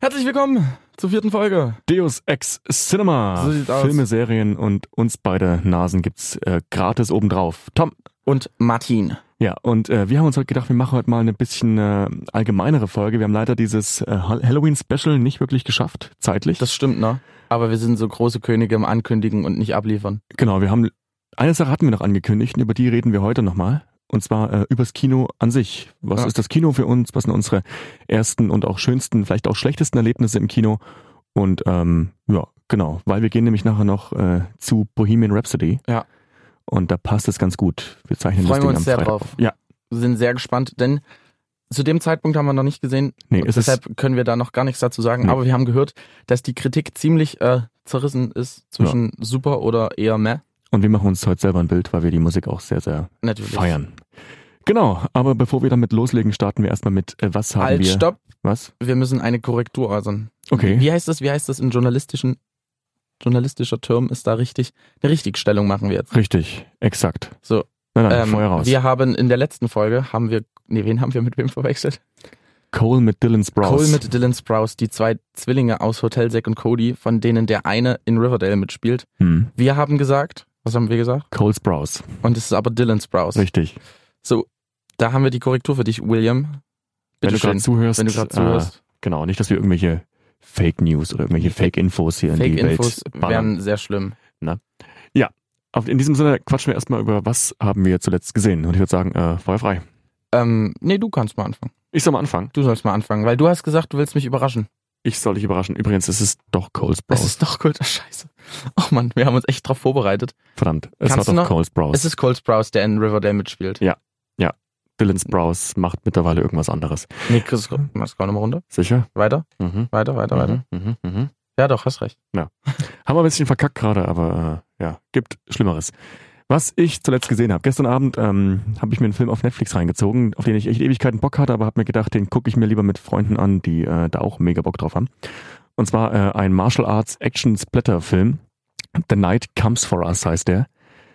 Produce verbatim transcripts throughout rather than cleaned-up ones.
Herzlich willkommen zur vierten Folge. Deus Ex Cinema. So sieht's aus. Filme, Serien und uns beide Nasen gibt's äh, gratis obendrauf. Tom. Und Martin. Ja, und äh, wir haben uns heute gedacht, wir machen heute mal eine bisschen äh, allgemeinere Folge. Wir haben leider dieses äh, Halloween-Special nicht wirklich geschafft, zeitlich. Das stimmt, ne? Aber wir sind so große Könige im Ankündigen und nicht abliefern. Genau, wir haben, eine Sache hatten wir noch angekündigt, über die reden wir heute nochmal. Und zwar äh, übers Kino an sich. Was Ja. ist das Kino für uns? Was sind unsere ersten und auch schönsten, vielleicht auch schlechtesten Erlebnisse im Kino? Und ähm, ja, genau, weil wir gehen nämlich nachher noch äh, zu Bohemian Rhapsody. Ja. Und da passt es ganz gut. Wir zeichnen Freuen das Ding wir uns am sehr Freitag drauf. auf. Ja, Wir sind sehr gespannt, denn zu dem Zeitpunkt haben wir noch nicht gesehen. nee, Und es ist, deshalb können wir da noch gar nichts dazu sagen. Nee. Aber wir haben gehört, dass die Kritik ziemlich äh, zerrissen ist zwischen super oder eher meh. und wir machen uns heute selber ein Bild, weil wir die Musik auch sehr, sehr Natürlich. feiern. Genau, aber bevor wir damit loslegen, starten wir erstmal mit, äh, was haben Halt, wir? stopp. Was? Wir müssen eine Korrektur äußern. Okay. Wie heißt das? Wie heißt das in journalistischen, journalistischer Term ist da richtig? Eine Richtigstellung machen wir jetzt. Richtig, exakt. So. Nein, nein, Ähm, Feuer raus. wir haben in der letzten Folge, haben wir, nee, wen haben wir mit wem verwechselt? Cole mit Dylan Sprouse. Cole mit Dylan Sprouse, die zwei Zwillinge aus Hotel Zack und Cody, von denen der eine in Riverdale mitspielt. Hm. Wir haben gesagt, was haben wir gesagt? Cole Sprouse. Und es ist aber Dylan Sprouse. Richtig. So, da haben wir die Korrektur für dich, William. Wenn Bitte du gerade schön. zuhörst. Wenn du gerade zuhörst. Äh, genau, nicht, dass wir irgendwelche Fake News oder irgendwelche Fake Infos hier in die Fake-Infos Welt ballern. wären sehr schlimm. Auf, in diesem Sinne quatschen wir erstmal über, was haben wir zuletzt gesehen. Und ich würde sagen, äh, Feuer frei. Ähm, nee, du kannst mal anfangen. Ich soll mal anfangen. Du sollst mal anfangen, weil du hast gesagt, du willst mich überraschen. Ich soll dich überraschen. Übrigens, es ist doch Cole Das Sprouse. ist doch Kult, scheiße. Oh Mann, wir haben uns echt drauf vorbereitet. Verdammt, es Kannst war du doch noch- Cole Sprouse. Es ist Cole Sprouse, der in Riverdale mitspielt. Ja. Dylan Sprouse macht mittlerweile irgendwas anderes. Nee, Chris, mach scroll nochmal runter. Sicher? Weiter, Mhm. weiter, weiter, weiter. Mhm. Mhm. Mhm. Ja doch, hast recht. Haben wir ein bisschen verkackt gerade, aber äh, ja, gibt Schlimmeres. Was ich zuletzt gesehen habe. Gestern Abend ähm, habe ich mir einen Film auf Netflix reingezogen, auf den ich echt Ewigkeiten Bock hatte, aber habe mir gedacht, den gucke ich mir lieber mit Freunden an, die äh, da auch mega Bock drauf haben. Und zwar äh, ein Martial Arts Action Splatter Film. The Night Comes for Us heißt der.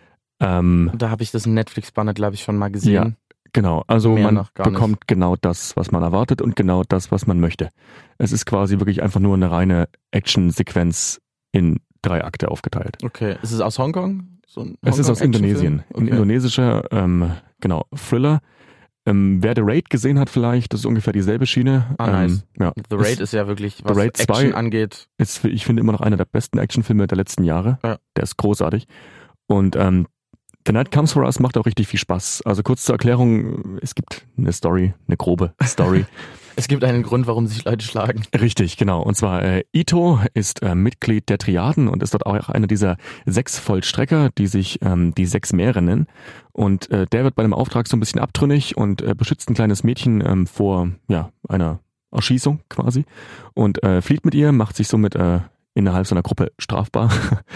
Ähm, Da habe ich das Netflix-Banner, glaube ich, schon mal gesehen. genau, also Mehr man noch gar bekommt genau das, was man erwartet und genau das, was man möchte. Es ist quasi wirklich einfach nur eine reine Action-Sequenz in drei Akte aufgeteilt. Okay, ist es aus Hongkong? So ein Es ist aus Hongkong-Actionfilm? Indonesien. Ein Okay. indonesischer, ähm, genau, Thriller. Ähm, wer The Raid gesehen hat vielleicht, das ist ungefähr dieselbe Schiene. Ah, nice. Ähm, ja. The Raid ist ja wirklich, was Raid Action zwei angeht. ist, ich finde, immer noch einer der besten Actionfilme der letzten Jahre. Ja. Der ist großartig. Und ähm, The Night Comes for Us macht auch richtig viel Spaß. Also kurz zur Erklärung, es gibt eine Story, eine grobe Story. Es gibt einen Grund, warum sich Leute schlagen. Richtig, genau. Und zwar äh, Ito ist äh, Mitglied der Triaden und ist dort auch einer dieser sechs Vollstrecker, die sich ähm, die sechs Meere nennen. Und äh, der wird bei einem Auftrag so ein bisschen abtrünnig und äh, beschützt ein kleines Mädchen ähm, vor ja einer Erschießung quasi und äh, flieht mit ihr, macht sich somit äh, innerhalb seiner Gruppe strafbar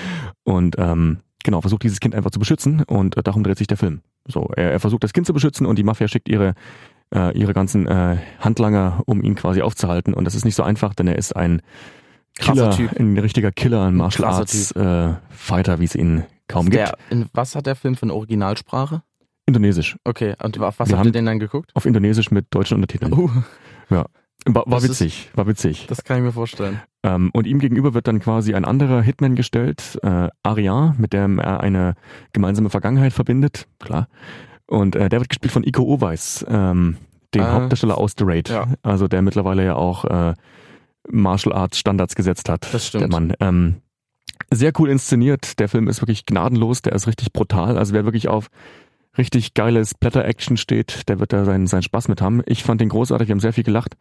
und ähm, genau versucht dieses Kind einfach zu beschützen und äh, darum dreht sich der Film. So, er, er versucht das Kind zu beschützen und die Mafia schickt ihre äh, ihre ganzen äh, Handlanger, um ihn quasi aufzuhalten. Und das ist nicht so einfach, denn er ist ein Killer, Krasser Typ. ein richtiger Killer, ein Martial krasser Arts äh, Fighter, wie es ihn kaum gibt. Der, in, was hat der Film für eine Originalsprache? Indonesisch. Okay, und auf was Wir habt ihr haben- den dann geguckt? Auf Indonesisch mit deutschen Untertiteln. Uh, War, war das ist- witzig, war witzig. das kann ich mir vorstellen. Ähm, und ihm gegenüber wird dann quasi ein anderer Hitman gestellt, äh, Arian, mit dem er eine gemeinsame Vergangenheit verbindet, klar. Und äh, der wird gespielt von Iko Uweis, ähm, dem Ah, Hauptdarsteller aus The Raid. ja. Also der mittlerweile ja auch äh, Martial Arts Standards gesetzt hat. Das stimmt. Der Mann. Ähm, sehr cool inszeniert. Der Film ist wirklich gnadenlos. Der ist richtig brutal. Also wer wirklich auf richtig geile Splatter-Action steht, der wird da seinen, seinen Spaß mit haben. Ich fand den großartig. Wir haben sehr viel gelacht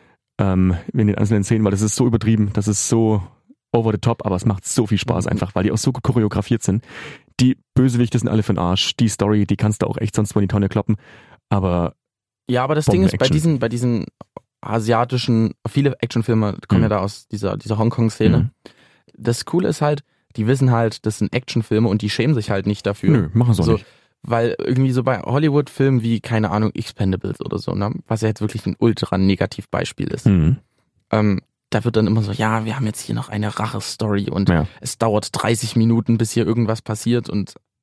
ähm, in den einzelnen Szenen, weil das ist so übertrieben. Das ist so over the top, aber es macht so viel Spaß einfach, weil die auch so choreografiert sind. Die Bösewichte sind alle für den Arsch. Die Story, die kannst du auch echt sonst mal in die Tonne kloppen. Aber Ja, aber das Ding ist, bei Bomben-Action. diesen, bei diesen asiatischen, viele Actionfilme kommen Mhm. ja da aus dieser, dieser Hongkong-Szene. Mhm. Das Coole ist halt, die wissen halt, das sind Actionfilme und die schämen sich halt nicht dafür. nö, machen sie auch So, nicht. Weil irgendwie so bei Hollywood-Filmen wie, keine Ahnung, Expendables oder so, ne, was ja jetzt wirklich ein ultra Negativbeispiel ist, Mhm. ähm, da wird dann immer so, ja, wir haben jetzt hier noch eine Rache-Story und Ja. es dauert dreißig Minuten, bis hier irgendwas passiert und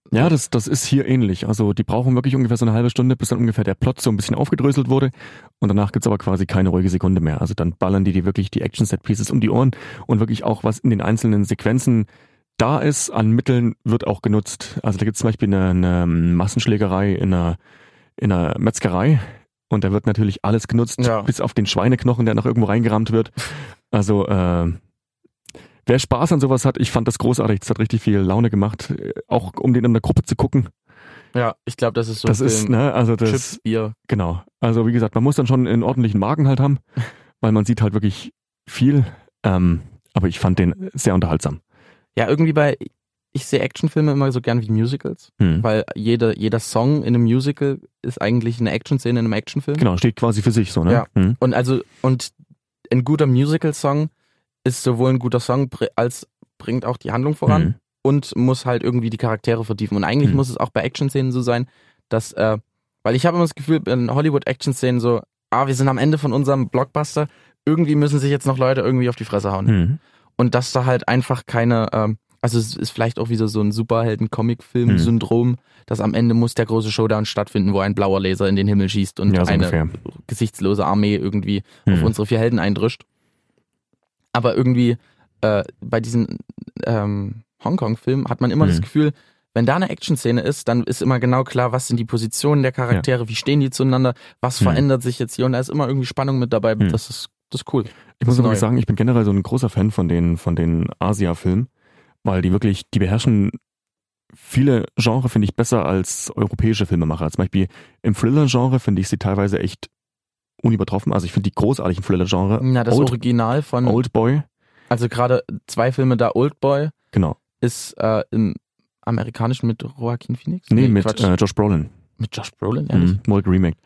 Ja, das, das ist hier ähnlich. Also die brauchen wirklich ungefähr so eine halbe Stunde, bis dann ungefähr der Plot so ein bisschen aufgedröselt wurde und danach gibt's aber quasi keine ruhige Sekunde mehr. Also dann ballern die dir wirklich die Action-Set-Pieces um die Ohren und wirklich auch, was in den einzelnen Sequenzen da ist, an Mitteln wird auch genutzt. Also da gibt's zum Beispiel eine, eine Massenschlägerei in einer, in einer Metzgerei und da wird natürlich alles genutzt, Ja. bis auf den Schweineknochen, der noch irgendwo reingerammt wird. Also äh, wer Spaß an sowas hat, ich fand das großartig. Das hat richtig viel Laune gemacht, auch um den in der Gruppe zu gucken. Ja, ich glaube, das ist so Das ein ist, Film. ne, also das, Chips, Bier. genau. Also wie gesagt, man muss dann schon einen ordentlichen Magen halt haben, weil man sieht halt wirklich viel. Ähm, aber ich fand den sehr unterhaltsam. Ja, irgendwie bei, ich sehe Actionfilme immer so gern wie Musicals, Hm. weil jede, jeder Song in einem Musical ist eigentlich eine Actionszene in einem Actionfilm. Genau, steht quasi für sich so, ne? Ja. Hm. Und also, und ein guter Musical-Song ist sowohl ein guter Song br- als bringt auch die Handlung voran Hm. und muss halt irgendwie die Charaktere vertiefen. Und eigentlich Hm. muss es auch bei Action-Szenen so sein, dass, äh, weil ich habe immer das Gefühl, in Hollywood-Action-Szenen so, ah, wir sind am Ende von unserem Blockbuster, irgendwie müssen sich jetzt noch Leute irgendwie auf die Fresse hauen. Hm. Und dass da halt einfach keine, ähm, also es ist vielleicht auch wieder so ein Superhelden-Comic-Film-Syndrom, dass am Ende muss der große Showdown stattfinden, wo ein blauer Laser in den Himmel schießt und Ja, so eine ungefähr. gesichtslose Armee irgendwie Hm. auf unsere vier Helden eindrischt. Aber irgendwie äh, bei diesen ähm, Hongkong-Filmen hat man immer Hm. das Gefühl, wenn da eine Action-Szene ist, dann ist immer genau klar, was sind die Positionen der Charaktere, wie stehen die zueinander, was Hm. verändert sich jetzt hier und da ist immer irgendwie Spannung mit dabei. Hm. Das ist das ist cool. Ich muss Das ist aber neu. sagen, ich bin generell so ein großer Fan von den, von den Asia-Filmen, weil die wirklich, die beherrschen viele Genre, finde ich, besser als europäische Filmemacher. Zum Beispiel im Thriller-Genre finde ich sie teilweise echt unübertroffen. Also ich finde die großartigen Thriller-Genre. Na, das Old, Original von, Oldboy, also gerade zwei Filme da, Oldboy genau. ist äh, im amerikanischen mit Joaquin Phoenix? Nee, mit Quatsch. äh, Josh Brolin. mit Josh Brolin, ehrlich? Mhm, wurde geremaked.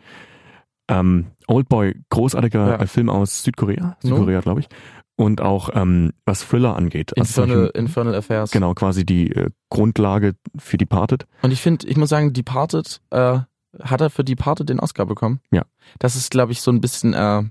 Ähm, Oldboy, großartiger Ja. äh, Film aus Südkorea, No. Südkorea glaube ich. Und auch ähm, was Thriller angeht. Also zum Infernal, Beispiel- Infernal Affairs. Genau, quasi die äh, Grundlage für Departed. Und ich finde, ich muss sagen, Departed, äh, hat er für Departed den Oscar bekommen? Ja. Das ist, glaube ich, so ein bisschen, äh,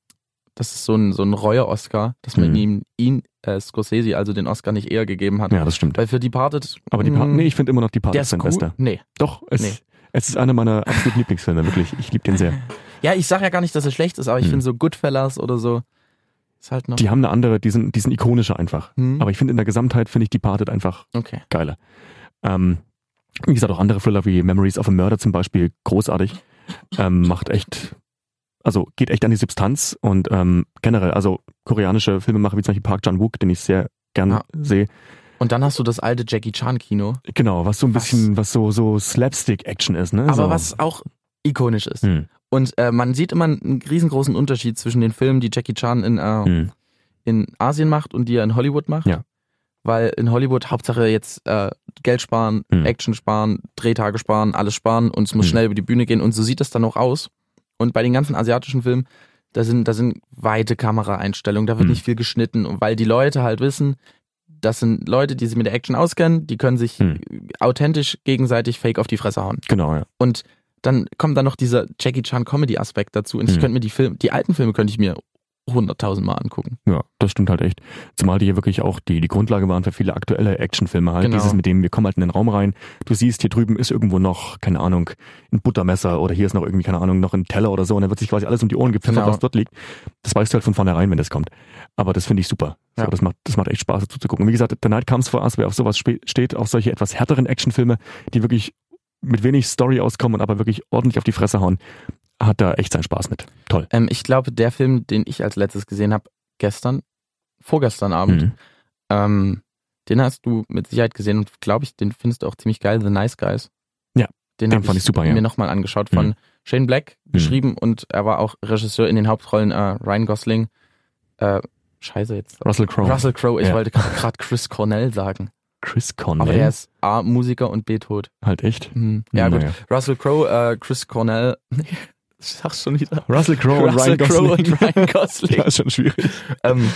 das ist so ein, so ein Reue-Oscar, dass man Mhm. ihm, ihn, äh, Scorsese, also den Oscar nicht eher gegeben hat. Ja, das stimmt. Weil für Departed, Aber Departed, mh, nee, ich finde immer noch Departed der ist sein gut. bester. Nee. Doch, es, Nee. es ist einer meiner absoluten Lieblingsfilme, wirklich. Ich liebe den sehr. Ja, ich sag ja gar nicht, dass er schlecht ist, aber ich Hm. finde so Goodfellas oder so, ist halt noch. Die haben eine andere, die sind, die sind ikonischer einfach. Hm. Aber ich finde in der Gesamtheit finde ich Departed einfach Okay. geiler. Ähm, wie gesagt, auch andere Thriller wie Memories of a Murder zum Beispiel, großartig. Ähm, macht echt, also geht echt an die Substanz und ähm, generell, also koreanische Filmemacher wie zum Beispiel Park Chan-wook, den ich sehr gern Ja. sehe. Und dann hast du das alte Jackie Chan Kino, Genau, was so ein Was- bisschen, was so, so Slapstick-Action ist, ne? aber so. was auch ikonisch ist. Hm. Und äh, man sieht immer einen riesengroßen Unterschied zwischen den Filmen, die Jackie Chan in, äh, Hm. in Asien macht und die er in Hollywood macht. Ja. Weil in Hollywood Hauptsache jetzt äh, Geld sparen, Hm. Action sparen, Drehtage sparen, alles sparen und es muss Hm. schnell über die Bühne gehen und so sieht das dann auch aus. Und bei den ganzen asiatischen Filmen, da sind, da sind weite Kameraeinstellungen, da wird Hm. nicht viel geschnitten, und weil die Leute halt wissen, das sind Leute, die sich mit der Action auskennen, die können sich Hm. authentisch gegenseitig fake auf die Fresse hauen. Genau, ja. Und dann kommt dann noch dieser Jackie Chan Comedy Aspekt dazu und ich Hm. könnte mir die Filme, die alten Filme könnte ich mir hunderttausend Mal angucken. Ja, das stimmt halt echt. Zumal die hier wirklich auch die, die Grundlage waren für viele aktuelle Actionfilme halt. Genau. Dieses mit dem, wir kommen halt in den Raum rein, du siehst, hier drüben ist irgendwo noch, keine Ahnung, ein Buttermesser oder hier ist noch irgendwie, keine Ahnung, noch ein Teller oder so und dann wird sich quasi alles um die Ohren gepfeffert, Genau. was dort liegt. Das weißt du halt von vornherein, wenn das kommt. Aber das finde ich super. So, Ja. das macht, das macht echt Spaß dazu zu gucken. Und wie gesagt, The Night Comes for Us, wer auf sowas spe- steht, auf solche etwas härteren Actionfilme, die wirklich mit wenig Story auskommen und aber wirklich ordentlich auf die Fresse hauen, hat da echt seinen Spaß mit. Toll. Ähm, ich glaube, der Film, den ich als letztes gesehen habe, gestern, vorgestern Abend, Mhm. ähm, den hast du mit Sicherheit gesehen und glaube ich, den findest du auch ziemlich geil, The Nice Guys. Ja, den, den habe fand ich super, ja. mir nochmal angeschaut, von Mhm. Shane Black geschrieben und er war auch Regisseur in den Hauptrollen, äh, Ryan Gosling, äh, scheiße jetzt. Russell Crowe. Russell Crowe, ich Ja. wollte gerade Chris Cornell sagen. Chris Cornell. Aber der ist A, Musiker und B, tot. halt echt. Mhm. Ja, gut. Naja. Russell Crowe, äh, Chris Cornell. Ich sag's schon wieder. Russell Crowe und Russell Ryan Crowe Gosling. und Ryan Gosling. Ja, ist schon schwierig. ähm,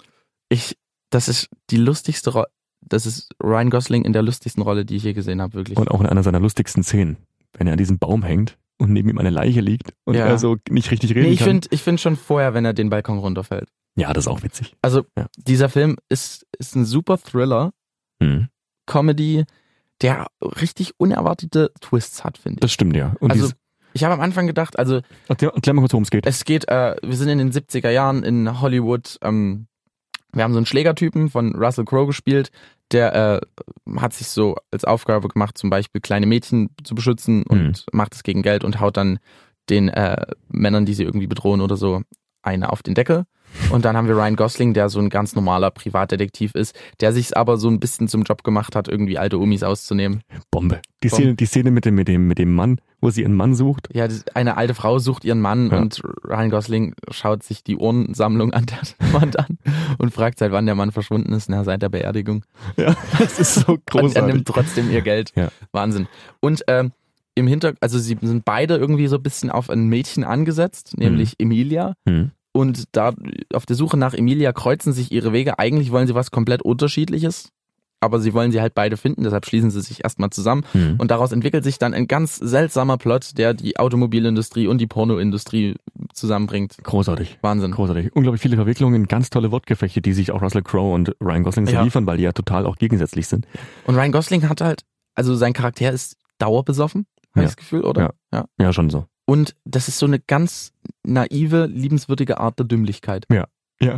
ich, das ist die lustigste Rolle. Das ist Ryan Gosling in der lustigsten Rolle, die ich je gesehen habe, wirklich. Und auch in einer seiner lustigsten Szenen, wenn er an diesem Baum hängt und neben ihm eine Leiche liegt und Ja. er so nicht richtig reden nee, ich kann. finde ich find schon vorher, wenn er den Balkon runterfällt. Ja, das ist auch witzig. Also, Ja. dieser Film ist, ist ein super Thriller, Mhm. Comedy, der richtig unerwartete Twists hat, finde ich. Das stimmt, ja. Und also ich habe am Anfang gedacht, also erklär, erklär mal kurz, worum es geht. Es geht, äh, wir sind in den siebziger Jahren in Hollywood, ähm, wir haben so einen Schlägertypen von Russell Crowe gespielt, der äh, hat sich so als Aufgabe gemacht, zum Beispiel kleine Mädchen zu beschützen und Mhm. macht es gegen Geld und haut dann den äh, Männern, die sie irgendwie bedrohen oder so, eine auf den Deckel. Und dann haben wir Ryan Gosling, der so ein ganz normaler Privatdetektiv ist, der sich aber so ein bisschen zum Job gemacht hat, irgendwie alte Omis auszunehmen. Bombe. Die Bombe. Szene, die Szene mit dem, mit dem, mit dem Mann, wo sie ihren Mann sucht. Ja, das- eine alte Frau sucht ihren Mann Ja. und Ryan Gosling schaut sich die Uhrensammlung an der Wand an und fragt, seit wann der Mann verschwunden ist. Na, seit der Beerdigung. Ja, das ist so Und er großartig. nimmt trotzdem ihr Geld. Ja. Wahnsinn. Und ähm, im Hintergrund, also sie sind beide irgendwie so ein bisschen auf ein Mädchen angesetzt, nämlich Emilia. Hm. Und da auf der Suche nach Emilia kreuzen sich ihre Wege. Eigentlich wollen sie was komplett Unterschiedliches, aber sie wollen sie halt beide finden, deshalb schließen sie sich erstmal zusammen. Hm. Und daraus entwickelt sich dann ein ganz seltsamer Plot, der die Automobilindustrie und die Pornoindustrie zusammenbringt. Großartig. Wahnsinn. Großartig. Unglaublich viele Verwicklungen, ganz tolle Wortgefechte, die sich auch Russell Crowe und Ryan Gosling Ja. liefern, weil die ja total auch gegensätzlich sind. Und Ryan Gosling hat halt, also sein Charakter ist dauerbesoffen, habe Ja. ich das Gefühl, oder? Ja. Ja, schon so. Und das ist so eine ganz naive, liebenswürdige Art der Dümmlichkeit. Ja,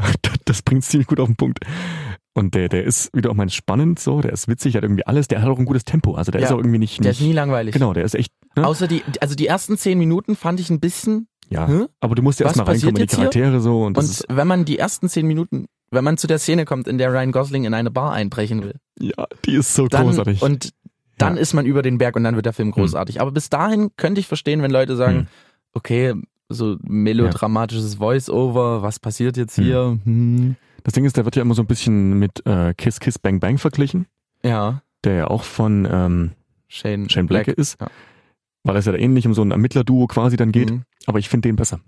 das bringt ziemlich gut auf den Punkt. Und der, der ist wieder auch mal spannend so, der ist witzig, hat irgendwie alles, der hat auch ein gutes Tempo, also der Ja. ist auch irgendwie nicht, Der nicht ist nie langweilig. genau, der ist echt, ne? Außer die, also die ersten zehn Minuten fand ich ein bisschen, ja, Hä? aber du musst ja Was erstmal reinkommen in die passiert jetzt hier? Charaktere so und das und ist, wenn man die ersten zehn Minuten, wenn man zu der Szene kommt, in der Ryan Gosling in eine Bar einbrechen will, ja, die ist so dann, großartig. und dann Ja. ist man über den Berg und dann wird der Film großartig. Aber bis dahin könnte ich verstehen, wenn Leute sagen, Hm. okay, so melodramatisches Voice-Over, was passiert jetzt hier? Hm. Das Ding ist, der wird ja immer so ein bisschen mit äh, Kiss Kiss Bang Bang verglichen, Ja, der ja auch von ähm, Shane, Shane Black, ist, Ja. weil es ja da ähnlich um so ein Ermittlerduo quasi dann geht. Mhm. Aber ich finde den besser.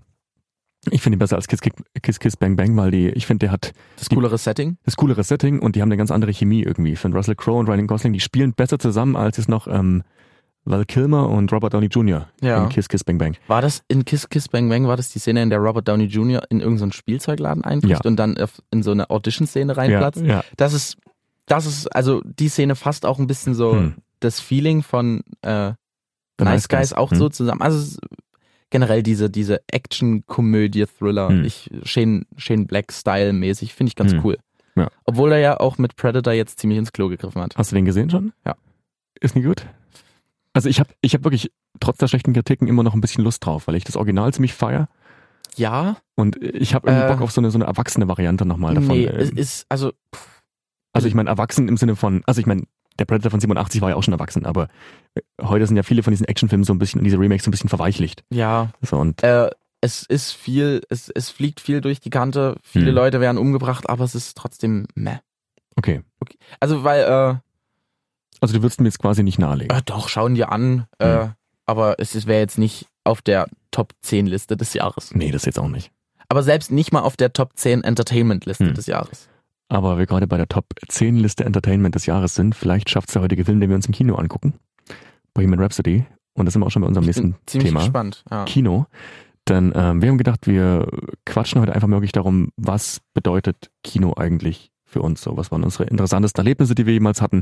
Ich finde ihn besser als Kiss, Kiss Kiss Kiss Bang Bang, weil die, ich finde, der hat Das coolere Setting. das coolere Setting und die haben eine ganz andere Chemie irgendwie. Ich finde Russell Crowe und Ryan Gosling, die spielen besser zusammen, als es noch ähm, Val Kilmer und Robert Downey Junior Ja. in Kiss Kiss Bang Bang. War das in Kiss Kiss Bang Bang, war das die Szene, in der Robert Downey Junior in irgendeinen Spielzeugladen einbricht Ja. und dann auf- in so eine Audition-Szene Ja, reinplatzt? ja. Das ist, das ist, also die Szene fasst auch ein bisschen so Hm. das Feeling von äh, The Nice Guys auch Hm. so zusammen. Also es ist generell diese, diese Action-Komödie-Thriller, Hm. ich Shane, Shane Black-Style-mäßig, finde ich ganz Hm. cool. Ja. Obwohl er ja auch mit Predator jetzt ziemlich ins Klo gegriffen hat. Hast du den gesehen schon? Ja. Ist nie gut? Also ich habe ich hab wirklich trotz der schlechten Kritiken immer noch ein bisschen Lust drauf, weil ich das Original ziemlich feier Ja, und ich habe irgendwie Äh, Bock auf so eine, so eine erwachsene Variante nochmal davon. nee, Ähm, es ist, also Also ich meine erwachsen im Sinne von, also ich meine, der Predator von siebenundachtzig war ja auch schon erwachsen, aber äh, heute sind ja viele von diesen Actionfilmen so ein bisschen, in diese Remakes so ein bisschen verweichlicht. ja, So und äh, es ist viel, es, es fliegt viel durch die Kante, viele Hm. Leute werden umgebracht, aber es ist trotzdem meh. okay. Also weil, äh, Also du würdest mir jetzt quasi nicht nahelegen. äh doch, schauen wir an, äh, Hm. aber es wäre jetzt nicht auf der Top zehn Liste des Jahres. Nee, das jetzt auch nicht. Aber selbst nicht mal auf der Top zehn Entertainment-Liste Hm. des Jahres. Aber wir gerade bei der Top zehn Liste Entertainment des Jahres sind, vielleicht schafft es der heutige Film, den wir uns im Kino angucken. Bohemian Rhapsody. Und das sind wir auch schon bei unserem Ich bin nächsten ziemlich Thema. gespannt. Ja. Kino. Denn ähm, wir haben gedacht, wir quatschen heute einfach wirklich darum, was bedeutet Kino eigentlich für uns so? Was waren unsere interessantesten Erlebnisse, die wir jemals hatten?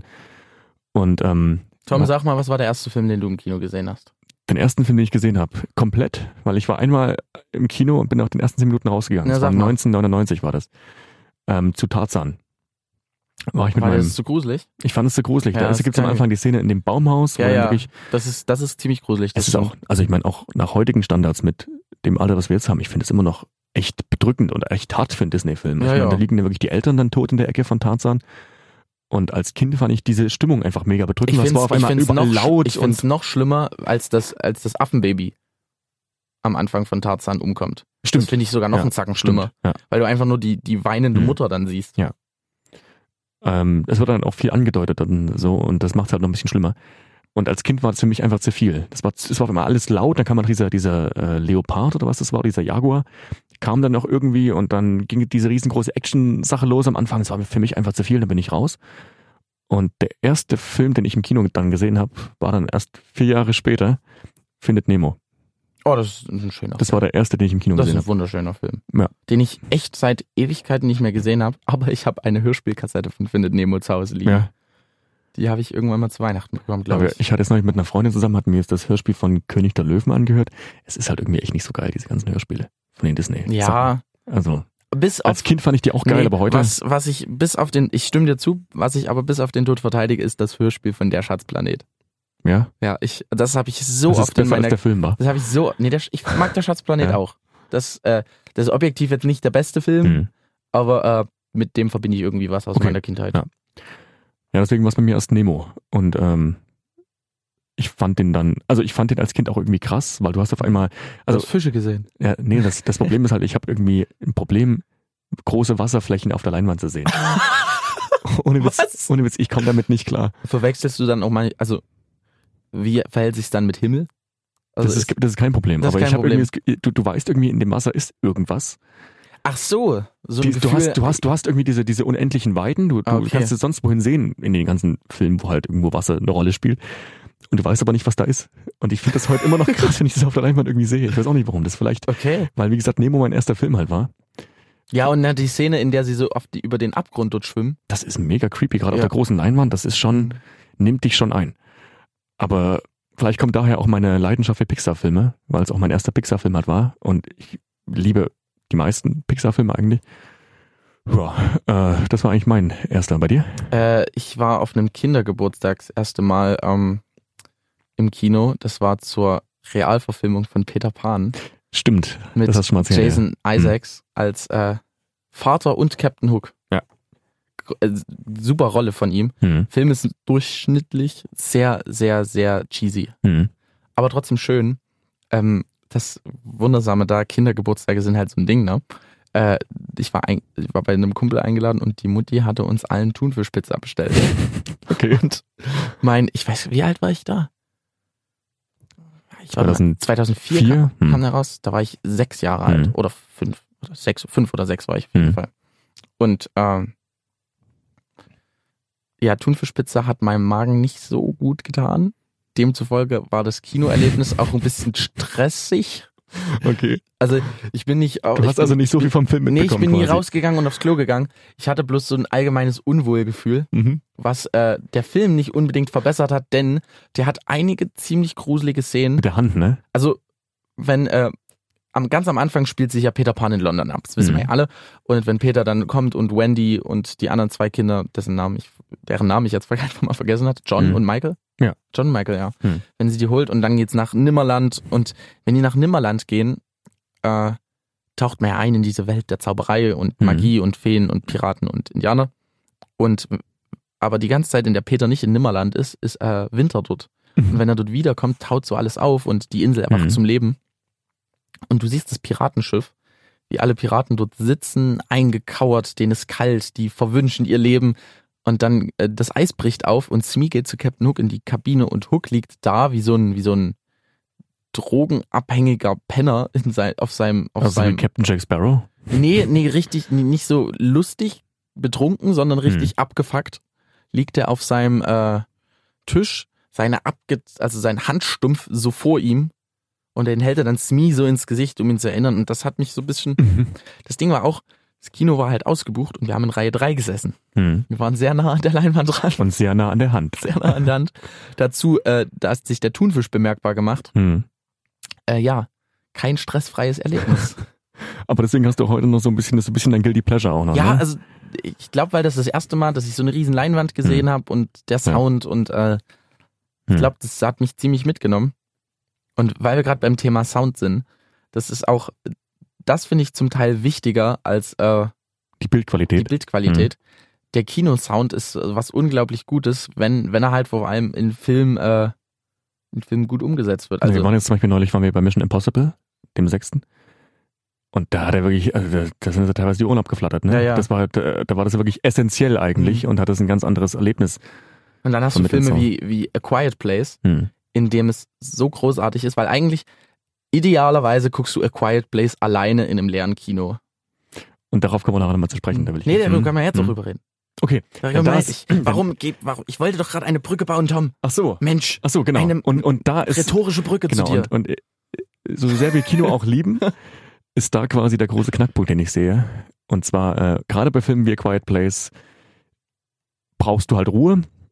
Und ähm, Tom, ja, sag mal, was war der erste Film, den du im Kino gesehen hast? den ersten Film, den ich gesehen habe, komplett, weil ich war einmal im Kino und bin nach den ersten zehn Minuten rausgegangen. Na, das war sag mal. neunzehnhundertneunundneunzig war das. Ähm, zu Tarzan. War ich mit War meinem, das zu gruselig? ich fand es so gruselig. Ja, da das gibt es am kann ich- Anfang die Szene in dem Baumhaus, wo Ja, dann ja. wirklich, Das ist, das ist ziemlich gruselig. Das es ist auch, also ich meine auch nach heutigen Standards mit dem Alter, was wir jetzt haben, ich finde es immer noch echt bedrückend und echt hart für einen Disney-Film. Ja, ich meine, ja. da liegen ja wirklich die Eltern dann tot in der Ecke von Tarzan. Und als Kind fand ich diese Stimmung einfach mega bedrückend. Ich weil es finde war auf es einmal überall noch, laut ich find's und noch schlimmer, als das, als das Affenbaby am Anfang von Tarzan umkommt. stimmt. Das finde ich sogar noch Ja, einen Zacken schlimmer, Stimmt, ja. weil du einfach nur die, die weinende Mhm. Mutter dann siehst. Ähm, es wird dann auch viel angedeutet und so und das macht es halt noch ein bisschen schlimmer. Und als Kind war das für mich einfach zu viel. Das war, es war auf einmal alles laut, dann kam man dieser, dieser äh, Leopard oder was das war, dieser Jaguar, kam dann noch irgendwie und dann ging diese riesengroße Action-Sache los am Anfang. Das war für mich einfach zu viel, dann bin ich raus. Und der erste Film, den ich im Kino dann gesehen habe, war dann erst vier Jahre später, Findet Nemo. Oh, das ist ein schöner Das Film. war der erste, den ich im Kino Das ist gesehen ein habe. wunderschöner Film. Ja. Den ich echt seit Ewigkeiten nicht mehr gesehen habe, aber ich habe eine Hörspielkassette von Findet Nemo zu Hause liegen. Ja. Die habe ich irgendwann mal zu Weihnachten bekommen, glaube Aber ich. ich hatte jetzt noch mit einer Freundin zusammen, hatten mir jetzt das Hörspiel von König der Löwen angehört. Es ist halt irgendwie echt nicht so geil, diese ganzen Hörspiele von den Disney. Ja. Also, bis als auf, Kind fand ich die auch geil, nee, aber heute... Was, was ich bis auf den, ich stimme dir zu, was ich aber bis auf den Tod verteidige, ist das Hörspiel von Der Schatzplanet. Ja? Ja, ich, das habe ich so das oft ist besser in meiner... als der Film war. Das habe ich so, nee, der, ich mag Der Schatzplanet Ja. auch. Das, äh, das ist objektiv jetzt nicht der beste Film, Hm. aber äh, mit dem verbinde ich irgendwie was aus Okay. meiner Kindheit. Ja. Ja, deswegen war es bei mir erst Nemo. Und ähm, ich fand den dann, also ich fand den als Kind auch irgendwie krass, weil du hast auf einmal, Also also Fische gesehen. ja, nee, das, das Problem ist halt, ich habe irgendwie ein Problem, große Wasserflächen auf der Leinwand zu sehen. ohne Witz, Was? ohne Witz, ich komme damit nicht klar. Verwechselst du dann auch mal, also wie verhält sich dann mit Himmel? Also das, ist, das ist kein Problem. das ist aber kein ich habe Problem. irgendwie, das Ge- du, du weißt irgendwie, in dem Wasser ist irgendwas. ach so, so ein Die, du, Gefühl. hast, du, hast, du hast irgendwie diese, diese unendlichen Weiden. Du, du Okay. kannst es sonst wohin sehen in den ganzen Filmen, wo halt irgendwo Wasser eine Rolle spielt. Und du weißt aber nicht, was da ist. Und ich finde das heute immer noch krass, wenn ich das auf der Leinwand irgendwie sehe. Ich weiß auch nicht, warum. Das vielleicht, Okay. weil wie gesagt, Nemo mein erster Film halt war. Ja, und dann die Szene, in der sie so oft die, über den Abgrund dort schwimmen. Das ist mega creepy, gerade Ja. auf der großen Leinwand. Das ist schon, nimmt dich schon ein. Aber vielleicht kommt daher auch meine Leidenschaft für Pixar-Filme, weil es auch mein erster Pixar-Film halt war. Und ich liebe die meisten Pixar-Filme eigentlich. Ja, äh, das war eigentlich mein erster. Bei dir? Äh, ich war auf einem Kindergeburtstag das erste Mal ähm, im Kino. Das war zur Realverfilmung von Peter Pan Stimmt, mit das hast du schon mal erzählt. Jason Isaacs als äh, Vater und Captain Hook. Ja. Äh, super Rolle von ihm. Ja. Mhm. Film ist durchschnittlich, sehr, sehr, sehr cheesy. Mhm. Aber trotzdem schön. Ähm, das Wundersame da, Kindergeburtstage sind halt so ein Ding, ne? Äh, ich, war ein, ich war bei einem Kumpel eingeladen und die Mutti hatte uns allen Thunfischpizza bestellt. Okay. Und mein, ich weiß, wie alt war ich da? Ich war zweitausendvier? zweitausendvier kam, Hm. kam der raus, da war ich sechs Jahre alt Mhm. oder fünf oder sechs, fünf oder sechs war ich auf jeden Mhm. Fall. Und ähm, ja, Thunfischpizza hat meinem Magen nicht so gut getan. Demzufolge war das Kinoerlebnis auch ein bisschen stressig. Okay. Also ich bin nicht... Du ich hast bin, also nicht so viel vom Film Nee, mitbekommen. ich bin nie quasi. rausgegangen und aufs Klo gegangen. Ich hatte bloß so ein allgemeines Unwohlgefühl, Mhm. was äh, der Film nicht unbedingt verbessert hat, denn der hat einige ziemlich gruselige Szenen. Mit der Hand, ne? Also wenn äh, am ganz am Anfang spielt sich ja Peter Pan in London ab, das wissen Mhm. wir ja alle. Und wenn Peter dann kommt und Wendy und die anderen zwei Kinder, dessen Namen ich, deren Namen ich jetzt einfach mal vergessen hatte, John Mhm. und Michael. Ja. John und Michael, ja. Mhm. Wenn sie die holt und dann geht's nach Nimmerland und wenn die nach Nimmerland gehen, äh, taucht man ja ein in diese Welt der Zauberei und Mhm. Magie und Feen und Piraten und Indianer. Und aber die ganze Zeit, in der Peter nicht in Nimmerland ist, ist äh, Winter dort. Und wenn er dort wiederkommt, taut so alles auf und die Insel erwacht Mhm. zum Leben. Und du siehst das Piratenschiff, wie alle Piraten dort sitzen, eingekauert, denen ist kalt, die verwünschen ihr Leben. Und dann äh, das Eis bricht auf und Smee geht zu Captain Hook in die Kabine und Hook liegt da wie so ein, wie so ein drogenabhängiger Penner in sein, auf seinem, auf Also wie seinem. Captain Jack Sparrow. Nee, nee, richtig, nee, nicht so lustig betrunken, sondern richtig Hm. abgefuckt. Liegt er auf seinem äh, Tisch, seine abge also sein Handstumpf so vor ihm und den hält er dann Smee so ins Gesicht, um ihn zu erinnern. Und das hat mich so ein bisschen. Mhm. Das Ding war auch, das Kino war halt ausgebucht und wir haben in Reihe drei gesessen. Mhm. Wir waren sehr nah an der Leinwand dran, Und sehr nah an der Hand. sehr nah an der Hand. Dazu, äh, da hat sich der Thunfisch bemerkbar gemacht. Mhm. Äh, ja, kein stressfreies Erlebnis. Aber deswegen hast du heute noch so ein bisschen, das ist ein bisschen dein Guilty Pleasure auch noch, Ja, ne? also ich glaube, weil das das erste Mal, dass ich so eine riesen Leinwand gesehen Hm. habe und der Sound und äh, ich Hm. glaube, das hat mich ziemlich mitgenommen. Und weil wir gerade beim Thema Sound sind, das ist auch, das finde ich zum Teil wichtiger als äh, Die die Bildqualität. Bildqualität. Der Kinosound ist äh, was unglaublich Gutes, wenn wenn er halt vor allem in Film äh, in Film gut umgesetzt wird. Also, Also wir waren jetzt zum Beispiel neulich waren wir bei Mission Impossible, dem sechsten. Und da hat er wirklich, also da, da sind ja teilweise die Ohren abgeflattert, ne? Ja, ja. Das war, da, da war das ja wirklich essentiell eigentlich Mhm. und hat das ein ganz anderes Erlebnis. und dann hast so du mit dem Filme Sound. wie wie A Quiet Place, Hm. in dem es so großartig ist, weil eigentlich idealerweise guckst du A Quiet Place alleine in einem leeren Kino. Und darauf kommen wir nachher nochmal zu sprechen. Da will ich Nee, darüber Hm. können wir jetzt auch Hm. drüber reden. Okay. Darüber Ja, da mein ist- ich, warum geht, warum, ich wollte doch gerade eine Brücke bauen, Tom. Ach so. Mensch, Ach so, genau. eine und, und da ist, rhetorische Brücke genau, zu dir. und, und äh, so sehr wir Kino auch lieben, ist da quasi der große Knackpunkt, den ich sehe. Und zwar, äh, gerade bei Filmen wie A Quiet Place brauchst du halt Ruhe.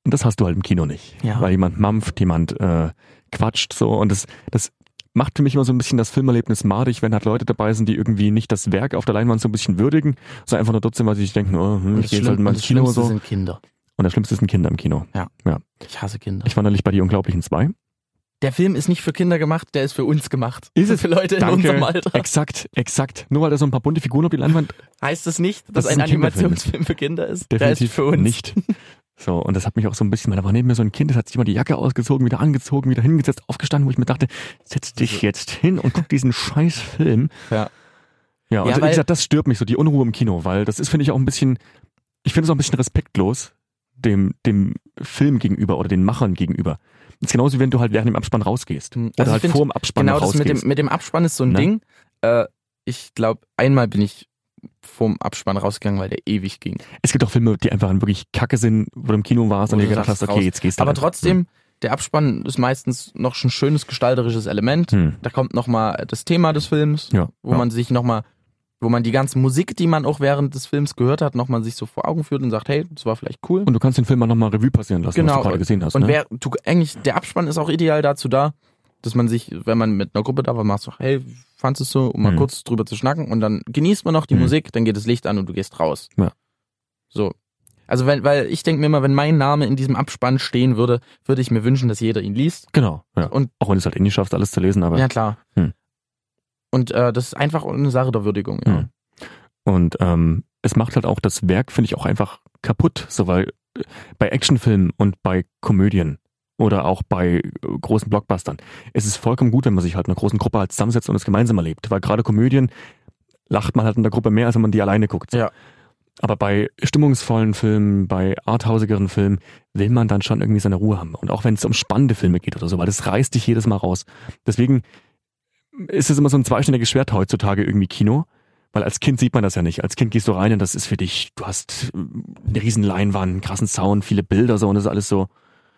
Und das hast du halt im Kino nicht. Ja. Weil jemand mampft, jemand äh, quatscht so und das, das macht für mich immer so ein bisschen das Filmerlebnis madig, wenn halt Leute dabei sind, die irgendwie nicht das Werk auf der Leinwand so ein bisschen würdigen, sondern einfach nur dort sind, weil sie sich denken, oh, hm, ich gehe jetzt halt mal ins Kino oder so. Das sind Kinder. Und das Schlimmste sind Kinder im Kino. Ja. ja. Ich hasse Kinder. Ich war neulich bei Die Unglaublichen zwei. Der Film ist nicht für Kinder gemacht, der ist für uns gemacht. Ist es? Für Leute in Danke. unserem Alter. Exakt, exakt. Nur weil da so ein paar bunte Figuren auf die Leinwand. Heißt das nicht, dass Das ist ein ein Kinderfilm. Animationsfilm für Kinder ist? Der Definitiv ist für uns. nicht. So, und das hat mich auch so ein bisschen, da war neben mir so ein Kind, das hat sich immer die Jacke ausgezogen, wieder angezogen, wieder hingesetzt, aufgestanden, wo ich mir dachte, setz dich jetzt hin und guck diesen scheiß Film. Ja. Ja, und Ja, wie weil- gesagt, das stört mich so, die Unruhe im Kino, weil das ist, finde ich, auch ein bisschen, ich finde es auch ein bisschen respektlos dem, dem Film gegenüber oder den Machern gegenüber. Das ist genauso wie wenn du halt während dem Abspann rausgehst. Hm, Oder also ich halt find, vor dem Abspann Genau, noch das mit rausgehst. dem, mit dem Abspann ist so ein Ne? Ding. Äh, ich glaube, einmal bin ich vorm Abspann rausgegangen, weil der ewig ging. Es gibt auch Filme, die einfach wirklich kacke sind, wo du im Kino warst Wo und du dir gedacht hast, sagst, okay, raus. jetzt gehst du. Aber einfach. trotzdem, der Abspann ist meistens noch schon ein schönes gestalterisches Element. Hm. Da kommt nochmal das Thema des Films, Ja, wo ja. man sich nochmal, wo man die ganze Musik, die man auch während des Films gehört hat, nochmal sich so vor Augen führt und sagt, hey, das war vielleicht cool. Und du kannst den Film mal nochmal Revue passieren lassen, was Genau. du gerade gesehen hast. Und ne? wer, du, eigentlich, der Abspann ist auch ideal dazu da, dass man sich, wenn man mit einer Gruppe da war, macht so, hey, fandest du es so, um mal Mhm. kurz drüber zu schnacken und dann genießt man noch die Mhm. Musik, dann geht das Licht an und du gehst raus. Ja. So. Also wenn, weil ich denke mir immer, wenn mein Name in diesem Abspann stehen würde, würde ich mir wünschen, dass jeder ihn liest. Genau, ja. Und Auch wenn du es halt eh nicht schaffst, alles zu lesen, aber. ja, klar. Hm. Und äh, das ist einfach eine Sache der Würdigung. Ja. Hm. Und ähm, es macht halt auch das Werk, finde ich, auch einfach kaputt. So, weil äh, bei Actionfilmen und bei Komödien oder auch bei äh, großen Blockbustern ist es vollkommen gut, wenn man sich halt in einer großen Gruppe halt zusammensetzt und es gemeinsam erlebt. Weil gerade Komödien lacht man halt in der Gruppe mehr, als wenn man die alleine guckt. Ja. Aber bei stimmungsvollen Filmen, bei arthausigeren Filmen will man dann schon irgendwie seine Ruhe haben. Und auch wenn es um spannende Filme geht oder so, weil das reißt dich jedes Mal raus. Deswegen ist es immer so ein zweischneidiges Schwert heutzutage irgendwie Kino. Weil als Kind sieht man das ja nicht. Als Kind gehst du rein und das ist für dich, du hast eine riesen Leinwand, einen krassen Sound, viele Bilder so und das ist alles so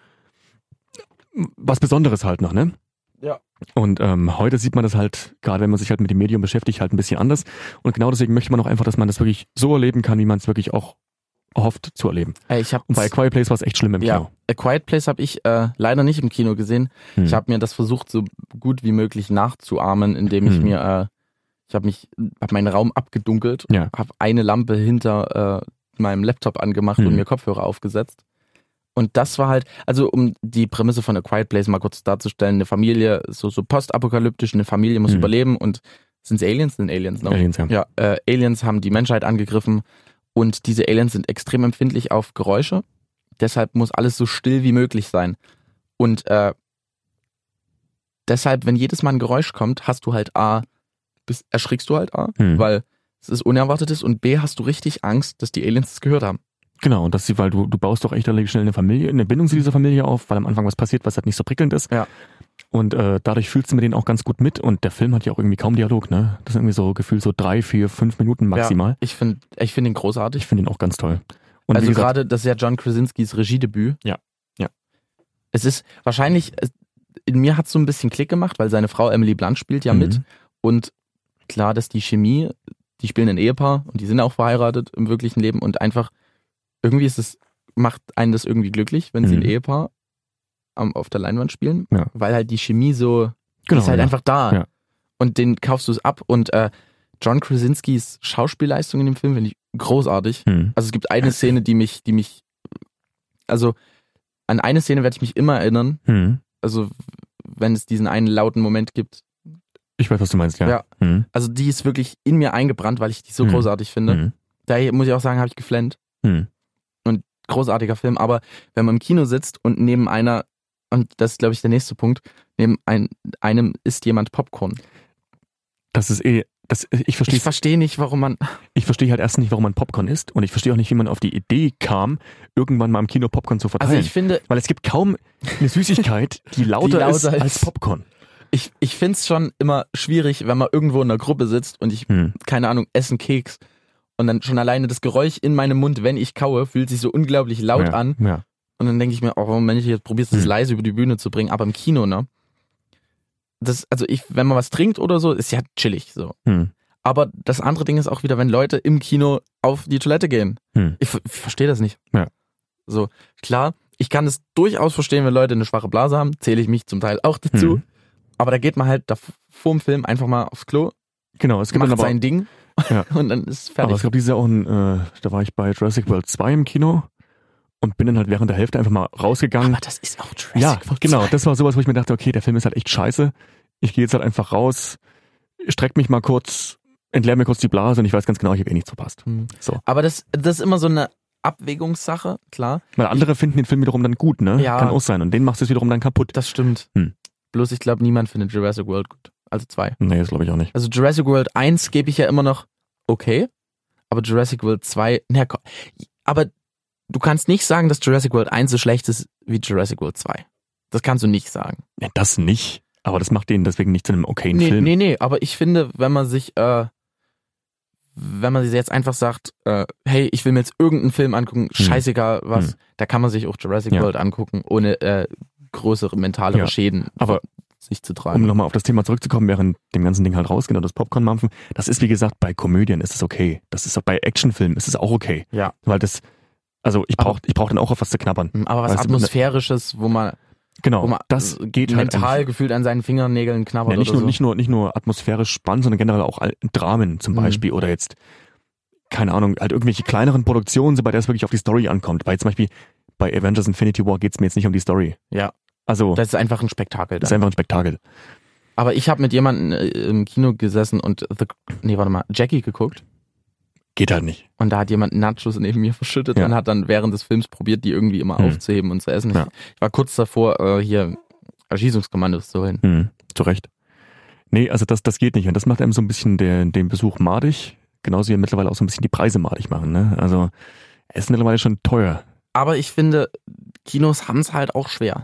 was Besonderes halt noch, ne? Ja. Und ähm, heute sieht man das halt, gerade wenn man sich halt mit dem Medium beschäftigt, halt ein bisschen anders. Und genau deswegen möchte man auch einfach, dass man das wirklich so erleben kann, wie man es wirklich auch hofft zu erleben. Ey, ich hab Und bei A Quiet Place war es echt schlimm im ja, Kino. A Quiet Place habe ich äh, leider nicht im Kino gesehen. Hm. Ich habe mir das versucht, so gut wie möglich nachzuahmen, indem ich Hm. mir, äh, ich habe mich, habe meinen Raum abgedunkelt, Ja. habe eine Lampe hinter äh, meinem Laptop angemacht Hm. und mir Kopfhörer aufgesetzt. Und das war halt, also um die Prämisse von A Quiet Place mal kurz darzustellen, eine Familie, so, so postapokalyptisch, eine Familie muss Hm. überleben und sind es Aliens? Sind Aliens, ne? Aliens, ja. Ja, äh, Aliens haben die Menschheit angegriffen und diese Aliens sind extrem empfindlich auf Geräusche. Deshalb muss alles so still wie möglich sein. Und äh, deshalb, wenn jedes Mal ein Geräusch kommt, hast du halt A, bist, erschrickst du halt A, Hm. weil es ist Unerwartetes und B, hast du richtig Angst, dass die Aliens es gehört haben. Genau, und das sie, weil du, du baust doch echt relativ schnell eine Familie, eine Bindung zu dieser Familie auf, weil am Anfang was passiert, was halt nicht so prickelnd ist. Ja. Und äh, dadurch fühlst du mit denen auch ganz gut mit und der Film hat ja auch irgendwie kaum Dialog, ne? Das ist irgendwie so gefühlt so drei, vier, fünf Minuten maximal. Ja, ich finde ich find ihn großartig. Ich finde ihn auch ganz toll. Und Also wie gesagt, gerade, das ist ja John Krasinskis Regiedebüt. Ja, ja. Es ist wahrscheinlich, es- in mir hat es so ein bisschen Klick gemacht, weil seine Frau Emily Blunt spielt ja Mhm. mit. Und klar, dass die Chemie, die spielen ein Ehepaar und die sind auch verheiratet im wirklichen Leben und einfach, irgendwie ist es, macht einen das irgendwie glücklich, wenn sie ein Mhm. Ehepaar am, auf der Leinwand spielen, Ja. weil halt die Chemie so, genau, ist halt ja. einfach da. Ja. Und den kaufst du es ab und äh, John Krasinskis Schauspielleistung in dem Film finde ich großartig. Mhm. Also es gibt eine Szene, die mich, die mich, also an eine Szene werde ich mich immer erinnern. Mhm. Also wenn es diesen einen lauten Moment gibt. Ich weiß, was du meinst, ja. Ja. Mhm. Also die ist wirklich in mir eingebrannt, weil ich die so Mhm. großartig finde. Mhm. Daher muss ich auch sagen, habe ich geflennt. Mhm. Großartiger Film. Aber wenn man im Kino sitzt und neben einer, und das ist glaube ich der nächste Punkt, neben ein, einem isst jemand Popcorn. Das ist eh, das, ich verstehe Ich verstehe nicht, warum man, ich verstehe halt erst nicht, warum man Popcorn isst und ich verstehe auch nicht, wie man auf die Idee kam, irgendwann mal im Kino Popcorn zu verteilen. also ich finde, Weil es gibt kaum eine Süßigkeit, die lauter, Die lauter ist ist. als Popcorn. ich, ich finde es schon immer schwierig, wenn man irgendwo in einer Gruppe sitzt und ich, Hm. keine Ahnung, esse einen Keks und dann schon alleine das Geräusch in meinem Mund, wenn ich kaue, fühlt sich so unglaublich laut ja. an. Ja. Und dann denke ich mir, oh Mensch, jetzt probierst du es Hm. leise über die Bühne zu bringen, aber im Kino, ne? Das, also ich, wenn man was trinkt oder so, ist ja chillig, so. Hm. Aber das andere Ding ist auch wieder, wenn Leute im Kino auf die Toilette gehen. Hm. Ich, ver- ich verstehe das nicht. Ja. So, klar, ich kann es durchaus verstehen, wenn Leute eine schwache Blase haben, zähle ich mich zum Teil auch dazu. Hm. Aber da geht man halt da vor dem Film einfach mal aufs Klo, Genau, es gibt macht dann aber, sein Ding Ja. und dann ist es aber fertig. es gab dieses Jahr auch ein, äh, da war ich bei Jurassic World zwei im Kino und bin dann halt während der Hälfte einfach mal rausgegangen. Aber das ist auch Jurassic Ja, World genau, zwei. das war sowas, wo ich mir dachte, okay, der Film ist halt echt scheiße. Ich gehe jetzt halt einfach raus, streck mich mal kurz, entleer mir kurz die Blase und ich weiß ganz genau, ich habe eh nichts verpasst. Hm. So. Aber das, das ist immer so eine Abwägungssache, klar. Weil andere finden den Film wiederum dann gut, ne? Ja. Kann auch sein. Und den machst du es wiederum dann kaputt. Das stimmt. Hm. Bloß ich glaube, niemand findet Jurassic World gut. Also zwei. Nee, das glaube ich auch nicht. Also Jurassic World eins gebe ich ja immer noch okay, aber Jurassic World zwei, na, komm, aber du kannst nicht sagen, dass Jurassic World eins so schlecht ist wie Jurassic World zwei. Das kannst du nicht sagen. Ja, das nicht. Aber das macht den deswegen nicht zu einem okayen Nee, Film. nee, nee, aber ich finde, wenn man sich, äh, wenn man sich jetzt einfach sagt, äh, hey, ich will mir jetzt irgendeinen Film angucken, scheißegal was, Hm. da kann man sich auch Jurassic Ja. World angucken, ohne äh, größere mentale Ja, Schäden aber sich zu tragen. Um nochmal auf das Thema zurückzukommen, während dem ganzen Ding halt rausgehen oder das Popcorn mampfen, das ist wie gesagt, bei Komödien ist es okay. Das ist auch bei Actionfilmen ist es auch okay. Ja. Weil das, also ich brauche ich brauch dann auch auf was zu knabbern. Aber was Weißt du, Atmosphärisches, wo man, Genau, wo man das geht halt mental eigentlich- gefühlt an seinen Fingernägeln knabbert Ja, nicht, oder nur, so. nicht, nur, nicht nur atmosphärisch spannend, sondern generell auch all- Dramen zum Mhm. Beispiel oder jetzt, keine Ahnung, halt irgendwelche kleineren Produktionen, so bei der es wirklich auf die Story ankommt. Weil zum Beispiel bei Avengers Infinity War geht's mir jetzt nicht um die Story. Ja, Also, das das ist einfach ein Spektakel. ist Dann. einfach ein Spektakel. Aber ich habe mit jemandem äh, im Kino gesessen und The, nee, warte mal, Jackie geguckt Geht halt nicht. und da hat jemand Nachos neben mir verschüttet Ja. und hat dann während des Films probiert, die irgendwie immer Hm. aufzuheben und zu essen. Ja. Ich, ich war kurz davor, äh, hier Erschießungskommandos zu holen. Hm, zu Recht. Nee, also das, das geht nicht. Und das macht einem so ein bisschen den, den Besuch madig. Genauso wie mittlerweile auch so ein bisschen die Preise madig machen. Ne? Also es ist mittlerweile schon teuer. Aber ich finde, Kinos haben es halt auch schwer.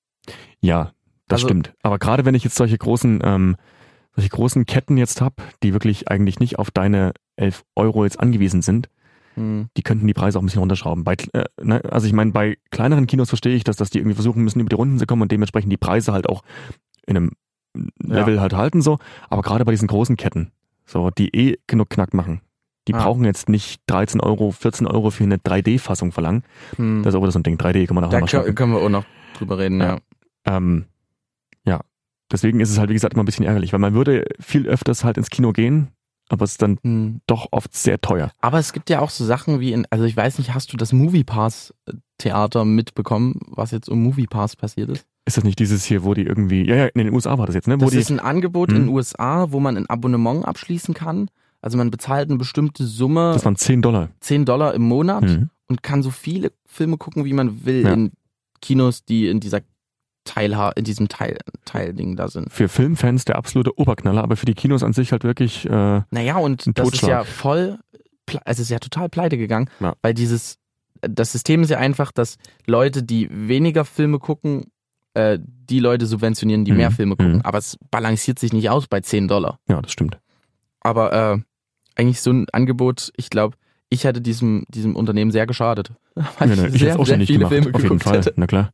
Ja, das Also- stimmt. Aber gerade wenn ich jetzt solche großen, ähm, solche großen Ketten jetzt hab, die wirklich eigentlich nicht auf deine elf Euro jetzt angewiesen sind, Hm. die könnten die Preise auch ein bisschen runterschrauben. Bei, äh, ne, also ich meine, bei kleineren Kinos verstehe ich, dass, dass die irgendwie versuchen müssen, über die Runden zu kommen und dementsprechend die Preise halt auch in einem Level halt halten so. Aber gerade bei diesen großen Ketten, so die eh genug Knack machen, die Ah. brauchen jetzt nicht dreizehn Euro, vierzehn Euro für eine drei D-Fassung verlangen. Hm. Das ist auch wieder so ein Ding. drei D kann man nachher Da mal können, schnappen. können wir auch noch drüber reden, ja. Ja. Ähm, ja, deswegen ist es halt, wie gesagt, immer ein bisschen ärgerlich, weil man würde viel öfters halt ins Kino gehen, aber es ist dann Hm. doch oft sehr teuer. Aber es gibt ja auch so Sachen wie in, also ich weiß nicht, hast du das Movie Pass Theater mitbekommen, was jetzt um Movie Pass passiert ist? Ist das nicht dieses hier, wo die irgendwie, ja, ja, in den U S A war das jetzt, ne? Wo Das die, ist ein Angebot Hm. in den U S A, wo man ein Abonnement abschließen kann. Also man bezahlt eine bestimmte Summe, das waren zehn Dollar. zehn Dollar im Monat Mhm. und kann so viele Filme gucken, wie man will Ja. in Kinos, die in dieser Teilha in diesem Teil Teilding da sind. Für Filmfans der absolute Oberknaller, aber für die Kinos an sich halt wirklich, äh, Naja, und Ein das ist Totschlag. ja voll, ple- also es ist ja total pleite gegangen, Ja. weil dieses, das System ist ja einfach, dass Leute, die weniger Filme gucken, äh, die Leute subventionieren, die Mhm. mehr Filme gucken. Mhm. Aber es balanciert sich nicht aus bei zehn Dollar. ja, das stimmt. Aber äh, eigentlich so ein Angebot, ich glaube, ich hätte diesem, diesem Unternehmen sehr geschadet. Weil Ja, ne, ich ich sehr, hätte auch sehr schon nicht viele gemacht, Filme auf jeden geguckt Fall, hätte. na klar.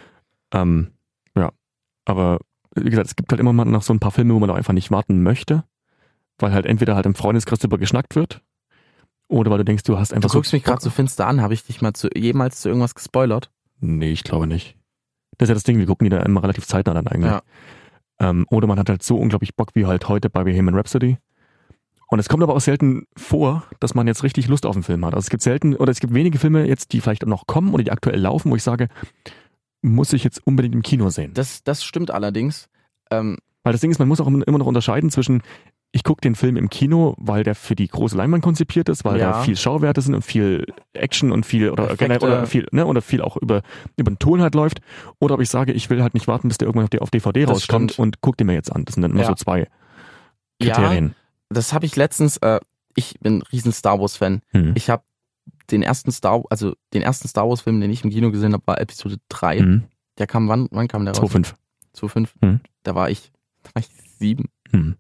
Ähm, ja, aber wie gesagt, es gibt halt immer mal noch so ein paar Filme, wo man auch einfach nicht warten möchte, weil halt entweder halt im Freundeskreis drüber geschnackt wird oder weil du denkst, du hast Du einfach guckst so... mich gerade so finster an. Habe ich dich mal zu, jemals zu irgendwas gespoilert? Nee, ich glaube nicht. Das ist ja das Ding, wir gucken die da immer relativ zeitnah dann eigentlich. Ja. Ähm, oder man hat halt so unglaublich Bock wie halt heute bei Bohemian Rhapsody. Und es kommt aber auch selten vor, dass man jetzt richtig Lust auf einen Film hat. Also es gibt selten, oder es gibt wenige Filme jetzt, die vielleicht noch kommen oder die aktuell laufen, wo ich sage, muss ich jetzt unbedingt im Kino sehen. Das, das stimmt allerdings. Ähm, Weil das Ding ist, man muss auch immer noch unterscheiden zwischen, ich gucke den Film im Kino, weil der für die große Leinwand konzipiert ist, weil Ja. da viel Schauwerte sind und viel Action und viel oder Effekte. generell oder viel, ne, oder viel auch über, über den Ton halt läuft. Oder ob ich sage, ich will halt nicht warten, bis der irgendwann auf D- auf D V D Das rauskommt stimmt. und guck den mir jetzt an. Das sind dann immer Ja. so zwei ja, Kriterien. das habe ich letztens, äh, ich bin ein riesen Star Wars Fan. Hm. Ich habe den ersten Star, also den ersten Star Wars Film, den ich im Kino gesehen habe, war Episode drei. Mhm. Der kam wann, wann kam der zwei raus? Komma fünf. zwei Komma fünf. Mhm. Da war ich, da war ich sieben. Mhm.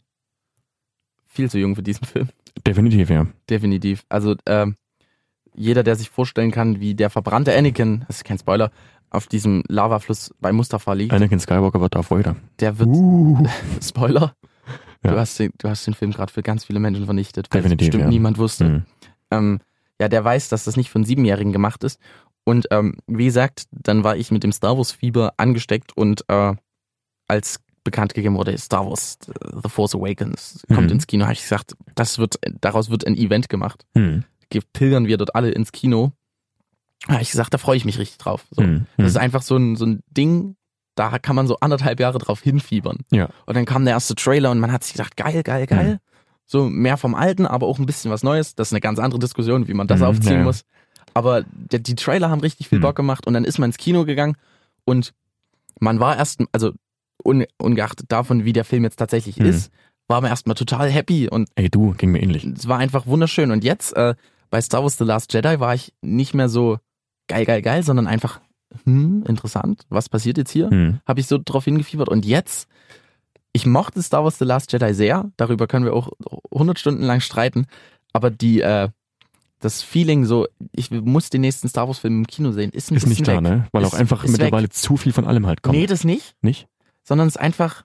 Viel zu jung für diesen Film. Definitiv, ja. Definitiv. Also ähm, jeder, der sich vorstellen kann, wie der verbrannte Anakin, das ist kein Spoiler, auf diesem Lavafluss bei Mustafa liegt, Anakin Skywalker wird Darth Vader. der wird, Uh. Spoiler, Ja. du, hast den, du hast den Film gerade für ganz viele Menschen vernichtet, weil Definitiv, es bestimmt ja. niemand wusste. Mhm. Ähm, ja, der weiß, dass das nicht von Siebenjährigen gemacht ist. Und ähm, wie gesagt, dann war ich mit dem Star Wars Fieber angesteckt und äh, als bekannt gegeben wurde, Star Wars The Force Awakens kommt Mhm. ins Kino, habe ich gesagt, das wird, daraus wird ein Event gemacht. Hm. Pilgern wir dort alle ins Kino. Da habe ich gesagt, da freue ich mich richtig drauf. So. Hm. Das ist einfach so ein, so ein Ding, da kann man so anderthalb Jahre drauf hinfiebern. Ja. Und dann kam der erste Trailer und man hat sich gedacht, geil, geil, geil. Mhm. So mehr vom Alten, aber auch ein bisschen was Neues. Das ist eine ganz andere Diskussion, wie man das Mhm, aufziehen ja, ja. muss. Aber der, die Trailer haben richtig viel Mhm. Bock gemacht und dann ist man ins Kino gegangen und man war erst, also un, ungeachtet davon, wie der Film jetzt tatsächlich Mhm. ist, war man erstmal total happy und Ey, du, ging mir ähnlich. es war einfach wunderschön. Und jetzt äh, bei Star Wars The Last Jedi war ich nicht mehr so geil, geil, geil, sondern einfach, hm, interessant, was passiert jetzt hier? Hm. Habe ich so drauf hingefiebert. Und jetzt, ich mochte Star Wars The Last Jedi sehr, darüber können wir auch hundert Stunden lang streiten, aber die, äh, das Feeling so, ich muss den nächsten Star Wars Film im Kino sehen, ist ein Ist bisschen nicht da, weg. ne? Weil Ist- auch einfach ist mittlerweile weg. zu viel von allem halt kommt. Nee, das nicht, Nicht? sondern es ist einfach,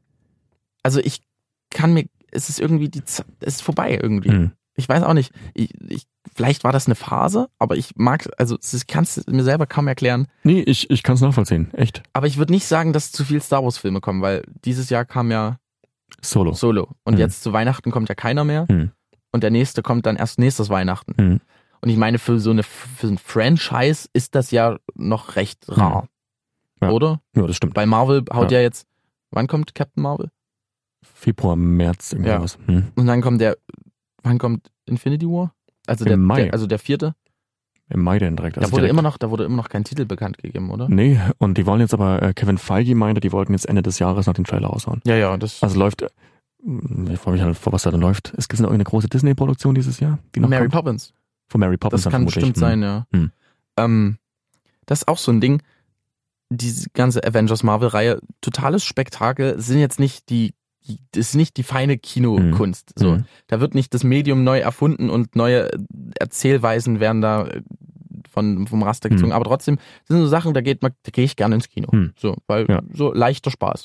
also ich kann mir, es ist irgendwie, die, Z- es ist vorbei irgendwie. Hm. Ich weiß auch nicht. Ich, ich, vielleicht war das eine Phase, aber ich mag, also ich kann es mir selber kaum erklären. Nee, ich, ich kann es nachvollziehen. Echt. Aber ich würde nicht sagen, dass zu viel Star Wars Filme kommen, weil dieses Jahr kam ja Solo. Solo. Und Mhm. jetzt zu Weihnachten kommt ja keiner mehr. Hm. Und der nächste kommt dann erst nächstes Weihnachten. Hm. Und ich meine, für so eine für ein Franchise ist das ja noch recht rar. Ja. Oder? Ja, das stimmt. Bei Marvel haut Ja. ja jetzt, wann kommt Captain Marvel? Februar, März, irgendwie Ja. was. Hm. Und dann kommt der, wann kommt Infinity War? Also Im der, Mai. der also der vierte? Im Mai dann direkt. Da Also wurde direkt. immer noch, da wurde immer noch kein Titel bekannt gegeben, oder? Nee, und die wollen jetzt aber, äh, Kevin Feige meinte, die wollten jetzt Ende des Jahres noch den Trailer raushauen. Ja, ja, das Also läuft, äh, ich freue mich halt, vor was da dann läuft. Es gibt noch irgendeine große Disney-Produktion dieses Jahr, die noch Mary kommt. Poppins. Von Mary Poppins. Das dann kann vermutlich. bestimmt sein, ja. Hm. Ähm, das ist auch so ein Ding. Diese ganze Avengers Marvel-Reihe, totales Spektakel, sind jetzt nicht die, die das ist nicht die feine Kinokunst. So, Hm. da wird nicht das Medium neu erfunden und neue Erzählweisen werden da äh, von, vom Raster gezogen. Hm. Aber trotzdem sind so Sachen, da geht man, da gehe ich gerne ins Kino. Hm. So, weil Ja. so leichter Spaß.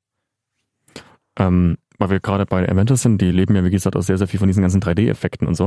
Ähm, weil wir gerade bei Avengers sind, die leben ja, wie gesagt, auch sehr, sehr viel von diesen ganzen drei D-Effekten und so.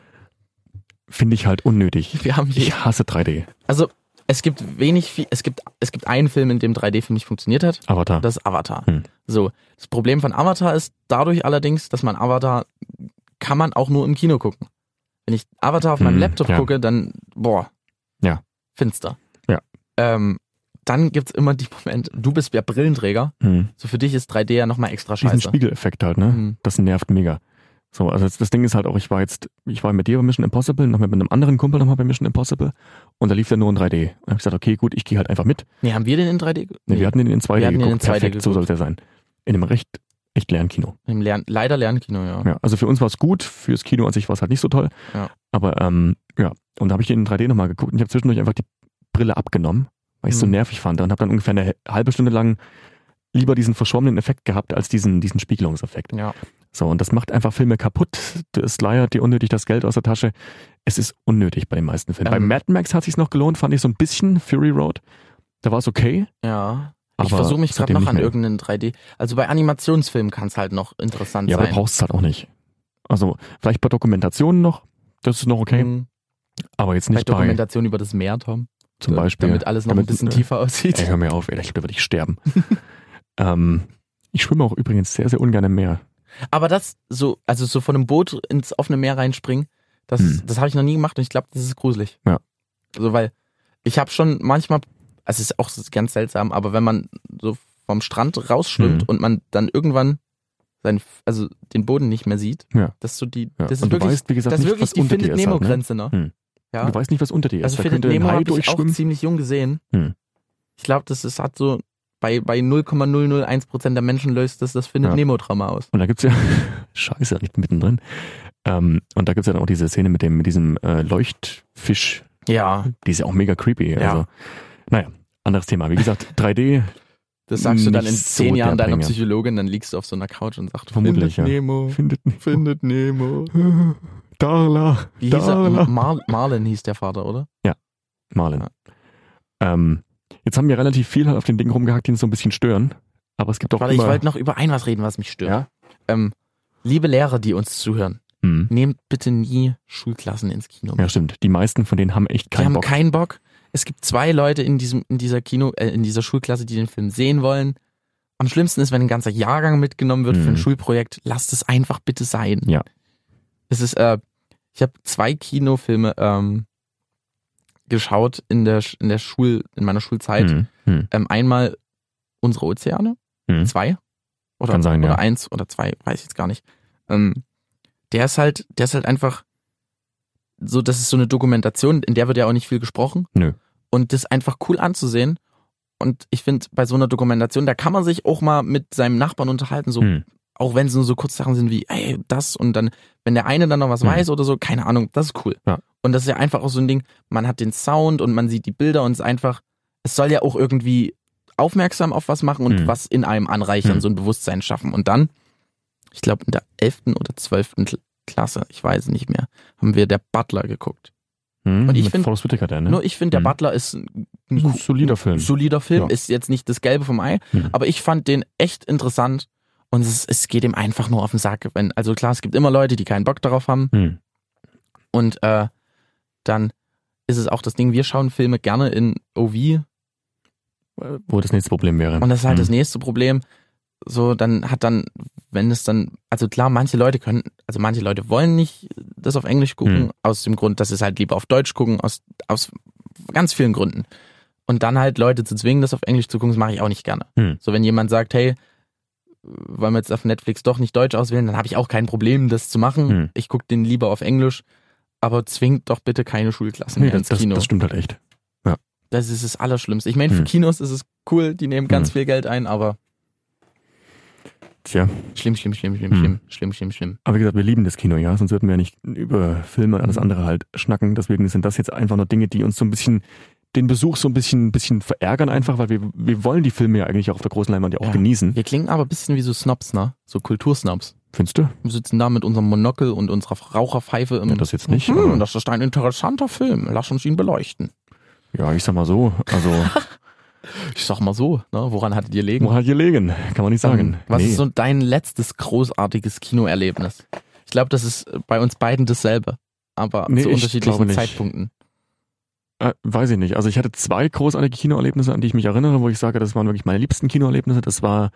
Finde ich halt unnötig. Wir haben hier, Ich hasse drei D. also es gibt wenig, viel, es gibt, es gibt einen Film, in dem drei D für mich funktioniert hat. Avatar. Das ist Avatar. Hm. So, das Problem von Avatar ist dadurch allerdings, dass man Avatar kann man auch nur im Kino gucken. Wenn ich Avatar auf meinem Hm, Laptop ja. gucke, dann boah, Ja. finster. Ja. Ähm, dann gibt's immer die Momente, du bist ja Brillenträger, Hm. so für dich ist drei D ja nochmal extra Diesen scheiße. Spiegeleffekt halt, ne? Mhm. Das nervt mega. So, also das, das Ding ist halt auch, ich war jetzt, ich war mit dir bei Mission Impossible, noch mit einem anderen Kumpel nochmal bei Mission Impossible und da lief der nur in drei D. Und dann hab ich gesagt, okay, gut, ich gehe halt einfach mit. Nee, haben wir den in drei D? Nee, wir hatten den in zwei D Wir hatten den geguckt. in zwei D Perfekt, so geguckt. sollte er sein. In einem recht, echt leeren Kino. Im Lern, leider Lernkino, ja. Ja, also für uns war es gut, fürs Kino an sich war es halt nicht so toll. Ja. Aber ähm, ja, und da habe ich den in drei D nochmal geguckt und ich habe zwischendurch einfach die Brille abgenommen, weil ich es so Mhm. nervig fand. Und habe dann ungefähr eine halbe Stunde lang lieber diesen verschwommenen Effekt gehabt, als diesen, diesen Spiegelungseffekt. Ja. So, und das macht einfach Filme kaputt. Es leiert dir unnötig das Geld aus der Tasche. Es ist unnötig bei den meisten Filmen. Ähm. Bei Mad Max hat es sich noch gelohnt, fand ich so ein bisschen. Fury Road, da war es okay. Ja. Aber Ich versuche mich gerade seitdem noch nicht an mehr. irgendeinen drei D. Also bei Animationsfilmen kann es halt noch interessant Ja, aber sein. brauchst es halt auch nicht. Also vielleicht bei Dokumentationen noch, das ist noch okay. Mhm. Aber jetzt Bei nicht bei, Dokumentation über das Meer, Tom. zum Beispiel. Damit alles noch damit- ein bisschen äh, tiefer aussieht. Ey, hör mir auf, ey, ich glaube, da würde ich sterben. ähm, ich schwimme auch übrigens sehr, sehr ungern im Meer. Aber das so, also so von einem Boot ins offene Meer reinspringen, das, Hm. das habe ich noch nie gemacht und ich glaube, das ist gruselig. Ja. Also weil ich habe schon manchmal, es ist auch ganz seltsam, aber wenn man so vom Strand rausschwimmt Hm. und man dann irgendwann sein, also den Boden nicht mehr sieht, Ja. das ist so die, Ja. das ist Und du wirklich, weißt, wie gesagt, das ist nicht, wirklich was die unter dir Findet ist halt, ne? Nemo-Grenze, ne? Hm. Ja. Du weißt nicht, was unter dir ist. Also Da Findet könnte ein Nemo Hai habe ich auch durchschwimmen. ziemlich jung gesehen. Hm. Ich glaube, das ist, hat so bei, bei null Komma null null eins Prozent der Menschen löst das das Findet Ja. Nemo-Trauma aus. Und da gibt's ja, scheiße, nicht mittendrin. Ähm, und da gibt's ja dann auch diese Szene mit dem, mit diesem äh, Leuchtfisch. Ja, Die ist ja auch mega creepy. Ja. Also, naja, anderes Thema. Wie gesagt, drei D, das sagst du dann in Nicht zehn so Jahren der deiner Bringer. Psychologin, dann liegst du auf so einer Couch und sagst, Vermutlich, Findet ja. Nemo, findet nicht. Findet Nemo. Darla, Wie hieß er? Darla. Mar Marlin hieß der Vater, oder? Marlin. Ja. Ähm, jetzt haben wir relativ viel halt auf den Dingen rumgehackt, die uns so ein bisschen stören. Aber es gibt auch Warte, ich immer... wollte noch über ein was reden, was mich stört. Ja? Ähm, liebe Lehrer, die uns zuhören, Hm. nehmt bitte nie Schulklassen ins Kino. Ja, stimmt. Die meisten von denen haben echt Die keinen haben Bock. keinen Bock. es gibt zwei Leute in diesem, in dieser Kino, äh, in dieser Schulklasse, die den Film sehen wollen. Am schlimmsten ist, wenn ein ganzer Jahrgang mitgenommen wird mhm. für ein Schulprojekt. Lasst es einfach bitte sein. Ja. Es ist, äh, ich habe zwei Kinofilme ähm, geschaut in der in der Schul, in meiner Schulzeit. Mhm. Mhm. Ähm, einmal Unsere Ozeane, mhm. zwei oder, Kann sein, oder ja. eins oder zwei, weiß ich jetzt gar nicht. Ähm, der ist halt, der ist halt einfach so, das ist so eine Dokumentation, in der wird ja auch nicht viel gesprochen. Nö. Und das ist einfach cool anzusehen. Und ich finde, bei so einer Dokumentation, da kann man sich auch mal mit seinem Nachbarn unterhalten, so, mhm. auch wenn es nur so Kurzsachen sind wie, ey, das und dann, wenn der eine dann noch was mhm. weiß oder so, keine Ahnung, das ist cool. Ja. Und das ist ja einfach auch so ein Ding, man hat den Sound und man sieht die Bilder und es ist einfach, es soll ja auch irgendwie aufmerksam auf was machen und mhm. was in einem anreichern, mhm. so ein Bewusstsein schaffen. Und dann, ich glaube in der elften oder zwölften Klasse, ich weiß es nicht mehr, haben wir der Butler geguckt. Mhm, und ich finde, ne? nur ich finde, der mhm. Butler ist ein, ein, ein solider Film. Ein solider Film, ja. ist jetzt nicht das Gelbe vom Ei, mhm. aber ich fand den echt interessant und es, es geht ihm einfach nur auf den Sack. Wenn, also klar, es gibt immer Leute, die keinen Bock darauf haben mhm. und äh, dann ist es auch das Ding, wir schauen Filme gerne in O V. Wo das nächste Problem wäre. Und das ist halt mhm. das nächste Problem. So, dann hat dann, wenn es dann, also klar, manche Leute können, also manche Leute wollen nicht das auf Englisch gucken, mhm. aus dem Grund, dass sie es halt lieber auf Deutsch gucken, aus, aus ganz vielen Gründen. Und dann halt Leute zu zwingen, das auf Englisch zu gucken, das mache ich auch nicht gerne. Mhm. So, wenn jemand sagt, hey, wollen wir jetzt auf Netflix doch nicht Deutsch auswählen, dann habe ich auch kein Problem, das zu machen. Mhm. Ich gucke den lieber auf Englisch, aber zwingt doch bitte keine Schulklassen mehr nee, ins das, Kino. Das stimmt halt echt. Ja. Das ist das Allerschlimmste. Ich meine, für hm. Kinos ist es cool, die nehmen ganz hm. viel Geld ein, aber Tja. schlimm, schlimm, schlimm, schlimm, hm. schlimm, schlimm, schlimm, schlimm. Aber wie gesagt, wir lieben das Kino, ja, sonst würden wir ja nicht über Filme und alles andere halt schnacken. Deswegen sind das jetzt einfach nur Dinge, die uns so ein bisschen den Besuch so ein bisschen, bisschen verärgern einfach, weil wir, wir wollen die Filme ja eigentlich auch auf der großen Leinwand ja auch ja. genießen. Wir klingen aber ein bisschen wie so Snobs, ne? So Kultursnobs. Findest du? Wir sitzen da mit unserem Monokel und unserer Raucherpfeife im... Ja, das jetzt nicht. Hm, das ist ein interessanter Film. Lass uns ihn beleuchten. Ja, ich sag mal so, also... ich sag mal so, ne? Woran hattet ihr gelegen? Woran hat ihr gelegen? Kann man nicht sagen. Um, was nee. ist so dein letztes großartiges Kinoerlebnis? Ich glaube, das ist bei uns beiden dasselbe, aber nee, zu unterschiedlichen nicht. Zeitpunkten. Äh, weiß ich nicht. Also ich hatte zwei großartige Kinoerlebnisse, an die ich mich erinnere, wo ich sage, das waren wirklich meine liebsten Kinoerlebnisse. Das war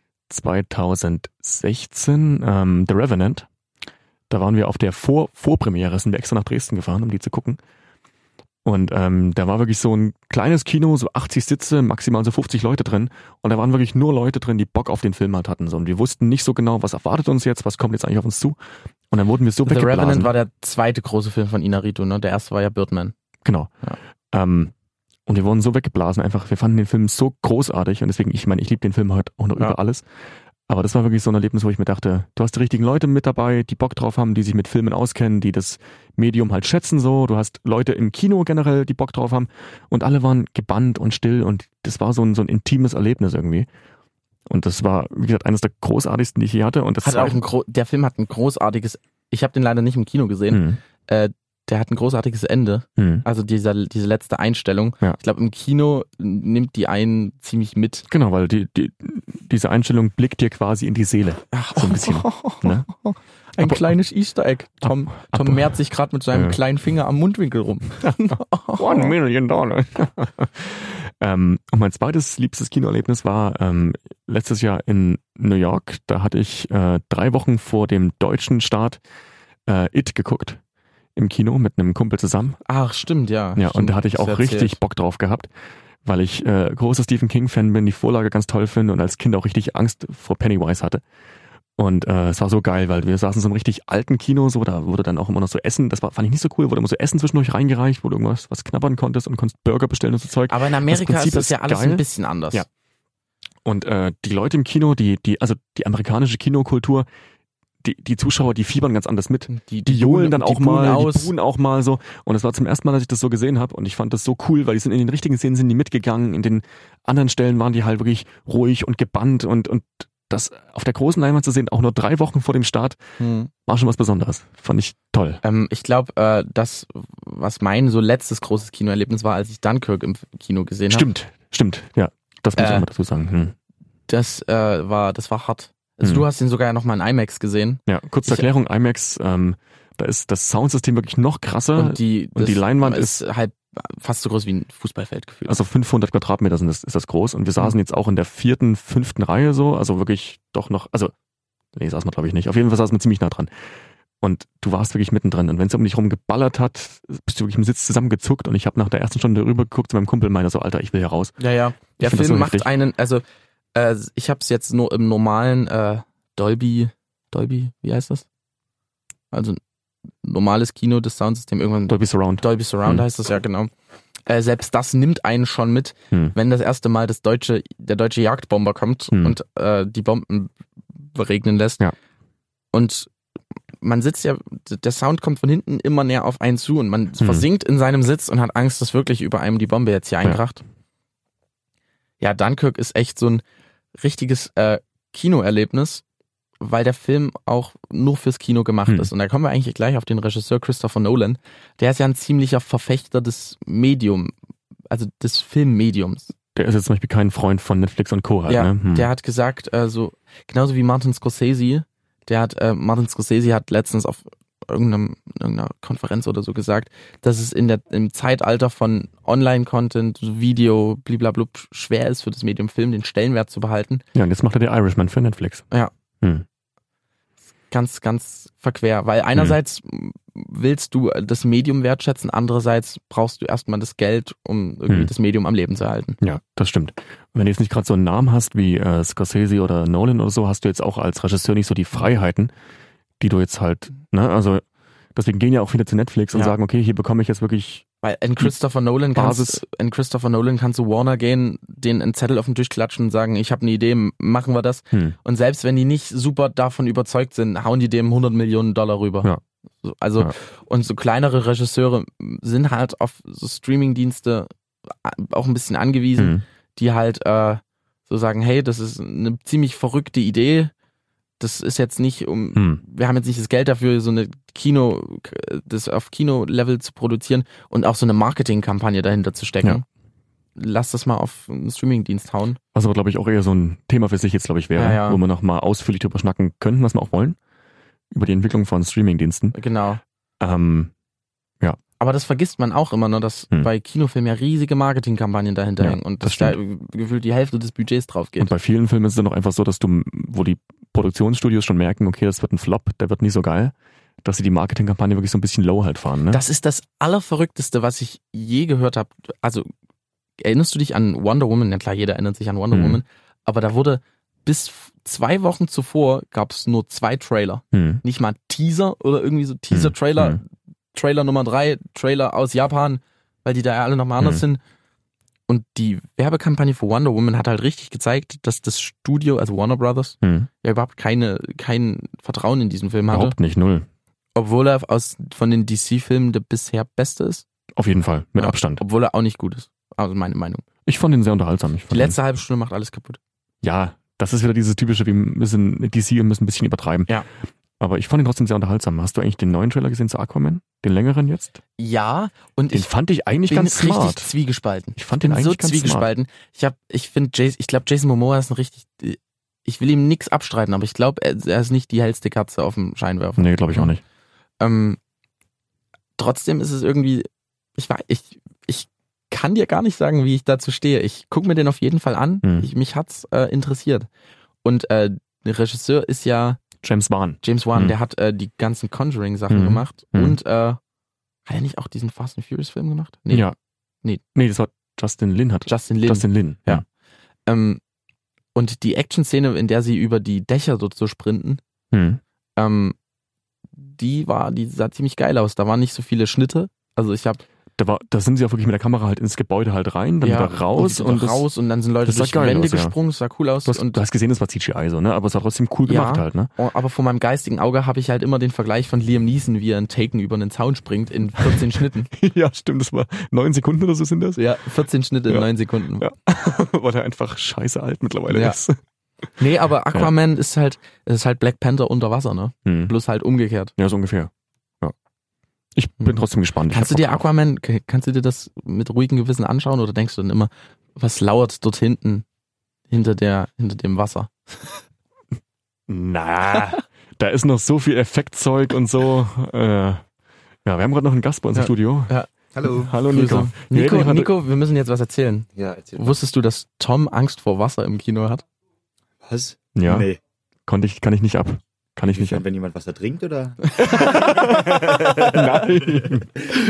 zweitausendsechzehn, ähm, The Revenant. Da waren wir auf der Vor Vorpremiere, sind wir extra nach Dresden gefahren, um die zu gucken. Und ähm, da war wirklich so ein kleines Kino, so achtzig Sitze, maximal so fünfzig Leute drin. Und da waren wirklich nur Leute drin, die Bock auf den Film halt hatten. So. Und wir wussten nicht so genau, was erwartet uns jetzt, was kommt jetzt eigentlich auf uns zu. Und dann wurden wir so The weggeblasen. Revenant war der zweite große Film von Inarritu, ne? Der erste war ja Birdman. Genau. Ja. Ähm, und wir wurden so weggeblasen einfach. Wir fanden den Film so großartig. Und deswegen, ich meine, ich liebe den Film heute auch noch Ja. über alles. Aber das war wirklich so ein Erlebnis, wo ich mir dachte, du hast die richtigen Leute mit dabei, die Bock drauf haben, die sich mit Filmen auskennen, die das Medium halt schätzen so. Du hast Leute im Kino generell, die Bock drauf haben. Und alle waren gebannt und still. Und das war so ein, so ein intimes Erlebnis irgendwie. Und das war, wie gesagt, eines der großartigsten, die ich je hatte. Und das Hat auch ein Gro- der Film hat ein großartiges, ich habe den leider nicht im Kino gesehen, Mhm. äh, der hat ein großartiges Ende. Mhm. Also dieser, diese letzte Einstellung. Ja. Ich glaube, im Kino nimmt die einen ziemlich mit. Genau, weil die, die, diese Einstellung blickt dir quasi in die Seele. Ach, So ein bisschen. Ne? Ein Aber- kleines Easter Egg. Tom, aber- Tom mehrt sich gerade mit seinem Ja. kleinen Finger am Mundwinkel rum. One million dollar. ähm, und mein zweites liebstes Kinoerlebnis war ähm, letztes Jahr in New York. Da hatte ich äh, drei Wochen vor dem deutschen Start äh, It geguckt. Im Kino mit einem Kumpel zusammen. Ach, stimmt, ja. Ja, stimmt, und da hatte ich hast du auch richtig erzählt. Bock drauf gehabt, weil ich äh, großer Stephen King-Fan bin, die Vorlage ganz toll finde und als Kind auch richtig Angst vor Pennywise hatte. Und äh, es war so geil, weil wir saßen in so einem richtig alten Kino, so, da wurde dann auch immer noch so Essen, das war, fand ich nicht so cool, wurde immer so Essen zwischendurch reingereicht, wo du irgendwas was knabbern konntest und konntest Burger bestellen und so Zeug. Aber in Amerika Prinzip ist das ja ist alles geil. ein bisschen anders. Ja. Und äh, die Leute im Kino, die, die, also die amerikanische Kinokultur, die, die Zuschauer, die fiebern ganz anders mit. Die, Die johlen dann die auch buhen mal, aus. die buhen auch mal so. Und es war zum ersten Mal, dass ich das so gesehen habe. Und ich fand das so cool, weil die sind in den richtigen Szenen sind die mitgegangen. In den anderen Stellen waren die halt wirklich ruhig und gebannt. Und, und das auf der großen Leinwand zu sehen, auch nur drei Wochen vor dem Start, Hm. war schon was Besonderes. Fand ich toll. Ähm, ich glaube, äh, das, was mein so letztes großes Kinoerlebnis war, als ich Dunkirk im Kino gesehen habe. Stimmt, stimmt. Ja, das muss ich Äh, auch mal dazu sagen. Hm. Das äh, war, das war hart. Also Hm. du hast ihn sogar ja noch mal in IMAX gesehen. Ja, kurz zur Ich- Erklärung, IMAX, ähm, da ist das Soundsystem wirklich noch krasser. Und die, und die das Leinwand ist halb fast so groß wie ein Fußballfeld gefühlt. Also fünfhundert Quadratmeter sind das, ist das groß und wir saßen mhm. jetzt auch in der vierten, fünften Reihe so, also wirklich doch noch, also nee, saßen wir glaube ich nicht, auf jeden Fall saßen wir ziemlich nah dran. Und du warst wirklich mittendrin. Und wenn es um dich rum geballert hat, bist du wirklich im Sitz zusammengezuckt. Und ich habe nach der ersten Stunde rüber geguckt zu meinem Kumpel, meiner so, Alter, ich will hier raus. Ja, ja. Der Film so macht heftig. einen, also äh, ich habe es jetzt nur im normalen äh, Dolby, Dolby, wie heißt das? Also normales Kino, das Soundsystem irgendwann. Dolby Surround. Dolby Surround hm. heißt das, ja genau. Äh, selbst das nimmt einen schon mit, hm. wenn das erste Mal das deutsche, der deutsche Jagdbomber kommt hm. und äh, die Bomben regnen lässt. Ja. Und man sitzt ja, der Sound kommt von hinten immer näher auf einen zu und man hm. versinkt in seinem Sitz und hat Angst, dass wirklich über einem die Bombe jetzt hier einkracht. Ja, ja, Dunkirk ist echt so ein richtiges äh, Kinoerlebnis, weil der Film auch nur fürs Kino gemacht hm. ist. Und da kommen wir eigentlich gleich auf den Regisseur Christopher Nolan. Der ist ja ein ziemlicher Verfechter des Medium, also des Filmmediums. Der ist jetzt zum Beispiel kein Freund von Netflix und Co. Halt, ja, ne? Hm. Der hat gesagt, äh, so genauso wie Martin Scorsese, der hat, äh, Martin Scorsese hat letztens auf irgendeinem, irgendeiner Konferenz oder so gesagt, dass es in der, im Zeitalter von Online-Content, Video, bliblablub, schwer ist für das Medium Film, den Stellenwert zu behalten. Ja, und jetzt macht er der Irishman für Netflix. Ja. Hm. Ganz, ganz verquer, weil einerseits hm. willst du das Medium wertschätzen, andererseits brauchst du erstmal das Geld, um irgendwie hm. das Medium am Leben zu erhalten. Ja, das stimmt. Und wenn du jetzt nicht gerade so einen Namen hast wie äh, Scorsese oder Nolan oder so, hast du jetzt auch als Regisseur nicht so die Freiheiten, die du jetzt halt, ne, also deswegen gehen ja auch viele zu Netflix und ja. sagen, okay, hier bekomme ich jetzt wirklich Weil in Christopher Nolan Basis. kannst, in Christopher Nolan kannst du Warner gehen, denen einen Zettel auf den Tisch klatschen und sagen, ich habe eine Idee, machen wir das. Hm. Und selbst wenn die nicht super davon überzeugt sind, hauen die dem hundert Millionen Dollar rüber. Ja. So, also, ja. und so kleinere Regisseure sind halt auf so Streaming-Dienste auch ein bisschen angewiesen, hm. die halt äh, so sagen, hey, das ist eine ziemlich verrückte Idee. Das ist jetzt nicht, um, hm. wir haben jetzt nicht das Geld dafür, so eine Kino, das auf Kino-Level zu produzieren und auch so eine Marketingkampagne dahinter zu stecken. Ja. Lass das mal auf einen Streaming-Dienst hauen. Was aber, glaube ich, auch eher so ein Thema für sich jetzt, glaube ich, wäre, ja, ja. wo wir noch mal ausführlich drüber schnacken könnten, was wir auch wollen. Über die Entwicklung von Streaming-Diensten. Genau. Ähm, ja. Aber das vergisst man auch immer, ne, dass hm. bei Kinofilmen ja riesige Marketingkampagnen dahinter ja, hängen und das dass da gefühlt die Hälfte des Budgets drauf geht. Und bei vielen Filmen ist es dann auch einfach so, dass du, wo die Produktionsstudios schon merken, okay, das wird ein Flop, der wird nie so geil, dass sie die Marketingkampagne wirklich so ein bisschen low halt fahren. Ne? Das ist das Allerverrückteste, was ich je gehört habe. Also erinnerst du dich an Wonder Woman? Ja klar, jeder erinnert sich an Wonder hm. Woman. Aber da wurde bis zwei Wochen zuvor gab es nur zwei Trailer. Hm. Nicht mal Teaser oder irgendwie so Teaser-Trailer. Hm. Trailer Nummer drei, Trailer aus Japan, weil die da ja alle nochmal anders hm. sind. Und die Werbekampagne für Wonder Woman hat halt richtig gezeigt, dass das Studio, also Warner Brothers, hm. ja überhaupt keine, kein Vertrauen in diesen Film hatte. Überhaupt nicht, null. Obwohl er aus, von den D C-Filmen der bisher beste ist. Auf jeden Fall, mit ja, Abstand. Obwohl er auch nicht gut ist. Also meine Meinung. Ich fand ihn sehr unterhaltsam. Ich fand die letzte ihn, halbe Stunde macht alles kaputt. Ja, das ist wieder dieses typische, wir müssen D C müssen ein bisschen übertreiben. Ja. Aber ich fand ihn trotzdem sehr unterhaltsam. Hast du eigentlich den neuen Trailer gesehen zu Aquaman? Den längeren jetzt? Ja, und den ich fand ich eigentlich bin ganz smart. richtig zwiegespalten. Ich fand den eigentlich so ganz zwiegespalten. smart. Ich hab, ich finde, ich glaube, Jason Momoa ist ein richtig, ich will ihm nichts abstreiten, aber ich glaube, er, er ist nicht die hellste Katze auf dem Scheinwerfer. Nee, glaube ich auch nicht. Ähm, trotzdem ist es irgendwie, ich weiß, ich, ich kann dir gar nicht sagen, wie ich dazu stehe. Ich gucke mir den auf jeden Fall an. Hm. Ich, mich hat's äh, interessiert. Und äh, der Regisseur ist ja James Wan. James Wan, hm. der hat äh, die ganzen Conjuring-Sachen hm. gemacht. Hm. Und äh, hat er nicht auch diesen Fast and Furious-Film gemacht? Nee. Ja. Nee. Nee, das war Justin Lin hat. Justin Lin. Justin Lin, ja. ja. Ähm, und die Action-Szene, in der sie über die Dächer dort so sprinten, hm. ähm, die war, die sah ziemlich geil aus. Da waren nicht so viele Schnitte. Also ich habe Da, war, da sind sie ja wirklich mit der Kamera halt ins Gebäude halt rein, dann ja, wieder raus. Und, und das, raus und dann sind Leute durch die Wände aus, gesprungen, das ja. sah cool aus. Du hast, und du hast gesehen, das war C G I so, ne? Aber es war trotzdem cool gemacht ja, halt, ne? Aber vor meinem geistigen Auge habe ich halt immer den Vergleich von Liam Neeson, wie er in Taken über einen Zaun springt in vierzehn Schnitten. Ja, stimmt, das war neun Sekunden oder so sind das? Ja, vierzehn Schnitte ja. in neun Sekunden. Ja. Weil er einfach scheiße alt mittlerweile ja. ist. Nee, aber Aquaman ja. ist halt ist halt Black Panther unter Wasser, ne? Hm. Bloß halt umgekehrt. Ja, so ungefähr. Ich bin trotzdem gespannt. Kannst du dir Aquaman, kannst du dir das mit ruhigem Gewissen anschauen oder denkst du dann immer, was lauert dort hinten, hinter der, hinter dem Wasser? Na, da ist noch so viel Effektzeug und so. Äh, ja, wir haben gerade noch einen Gast bei uns ja, im Studio. Ja. Hallo. Hallo Nico. Grüße. Nico, reden heute- Nico, wir müssen jetzt was erzählen. Ja, erzähl. Wusstest du, dass Tom Angst vor Wasser im Kino hat? Was? Ja, Nee. konnte ich, kann ich nicht ab. Kann ich nicht ab. Wenn jemand Wasser trinkt, oder? Nein.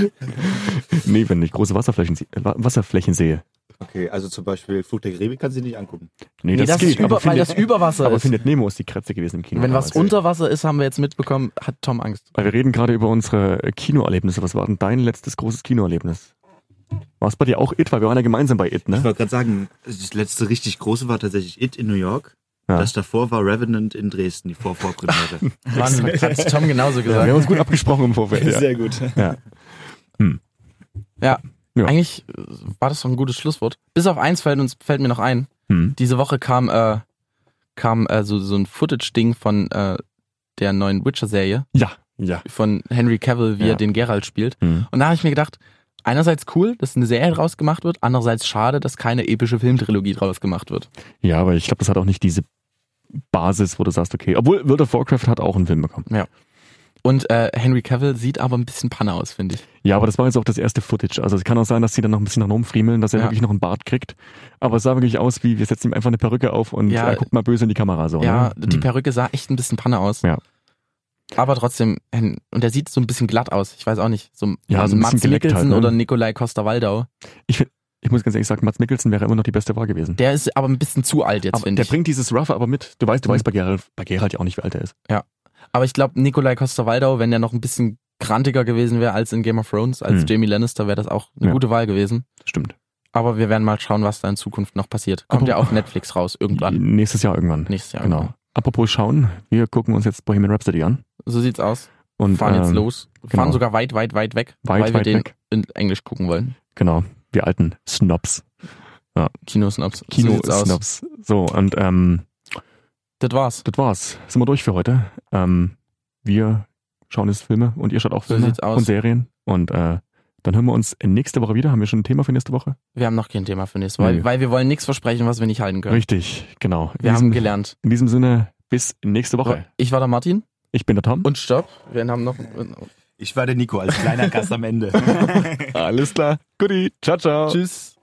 Nee, wenn ich große Wasserflächen, se- äh, Wasserflächen sehe. Okay, also zum Beispiel Flug der Karibik kannst du nicht angucken. Nee, Nee, das, das geht. ist über, aber weil findet, das über Wasser aber ist. findet Nemo ist die Kratze gewesen im Kino. Wenn was damals. unter Wasser ist, haben wir jetzt mitbekommen, hat Tom Angst. Weil wir reden gerade über unsere äh, Kinoerlebnisse. Was war denn dein letztes großes Kinoerlebnis? War es bei dir auch It? Weil wir waren ja gemeinsam bei It, Ich ne? wollte gerade sagen, das letzte richtig große war tatsächlich It in New York. Ja. Das davor war Revenant in Dresden, die Vorvorpremiere. Wahnsinn, hat Tom genauso Ja, wir gesagt. haben uns gut abgesprochen im Vorfeld. Ja. Sehr gut. Ja. Hm. Ja, Ja. eigentlich äh, war das doch ein gutes Schlusswort. Bis auf eins fällt, uns, fällt mir noch ein. Hm. Diese Woche kam, äh, kam äh, so, so ein Footage-Ding von äh, der neuen Witcher-Serie, Ja, ja. von Henry Cavill, wie Ja. er den Geralt spielt. Hm. Und da habe ich mir gedacht, einerseits cool, dass eine Serie draus gemacht wird, andererseits schade, dass keine epische Filmtrilogie draus gemacht wird. Ja, aber ich glaube, das hat auch nicht diese Basis, wo du sagst, okay, obwohl World of Warcraft hat auch einen Film bekommen. Und äh, Henry Cavill sieht aber ein bisschen Panne aus, finde ich. Ja, aber das war jetzt auch das erste Footage. Also es kann auch sein, dass sie dann noch ein bisschen nach oben friemeln, dass er Ja. wirklich noch einen Bart kriegt. Aber es sah wirklich aus wie, wir setzen ihm einfach eine Perücke auf und Ja. er guckt mal böse in die Kamera. So, Ja, ne? die Hm. Perücke sah echt ein bisschen Panne aus. Ja. Aber trotzdem, Hen- und der sieht so ein bisschen glatt aus. Ich weiß auch nicht. So, Ja, so ein Mats bisschen geleckt Mikkelsen halt, ne? oder Nikolai Coster-Waldau. Ich, find- ich muss ganz ehrlich sagen, Mads Mikkelsen wäre immer noch die beste Wahl gewesen. Der ist aber ein bisschen zu alt jetzt, aber finde der ich. bringt dieses Rougher aber mit. Du weißt, du Mhm. weißt bei Geralt, bei Geralt ja auch nicht, wie alt er ist. Aber ich glaube, Nikolai Coster-Waldau, wenn der noch ein bisschen krantiger gewesen wäre als in Game of Thrones, als Hm. Jamie Lannister, wäre das auch eine Ja. gute Wahl gewesen. Stimmt. Aber wir werden mal schauen, was da in Zukunft noch passiert. Kommt Aber- ja auf Netflix raus, irgendwann. Nächstes Jahr irgendwann. Nächstes Jahr. Genau. Apropos schauen, wir gucken uns jetzt Bohemian Rhapsody an. So sieht's aus. Und Fahren jetzt ähm, los. Fahren genau. sogar weit, weit, weit weg, Weit, weil wir weit den weg. in Englisch gucken wollen. Genau, wir alten Snobs. Kinosnobs. So Kino sieht's aus. Snobs. So, und ähm, Das war's. das war's. Sind wir durch für heute. Ähm, wir schauen jetzt Filme und ihr schaut auch So Filme sieht's aus. und Serien. Und äh, dann hören wir uns nächste Woche wieder. Haben wir schon ein Thema für nächste Woche? Wir haben noch kein Thema für nächstes Mal, Nee. weil wir wollen nichts versprechen, was wir nicht halten können. Richtig, genau. In Wir haben diesem, gelernt. in diesem Sinne, bis nächste Woche. Ich war der Martin. Ich bin der Tom. Und stopp. Wir haben noch. Ich war der Nico als kleiner Gast am Ende. Alles klar. Guti. Ciao, ciao. Tschüss.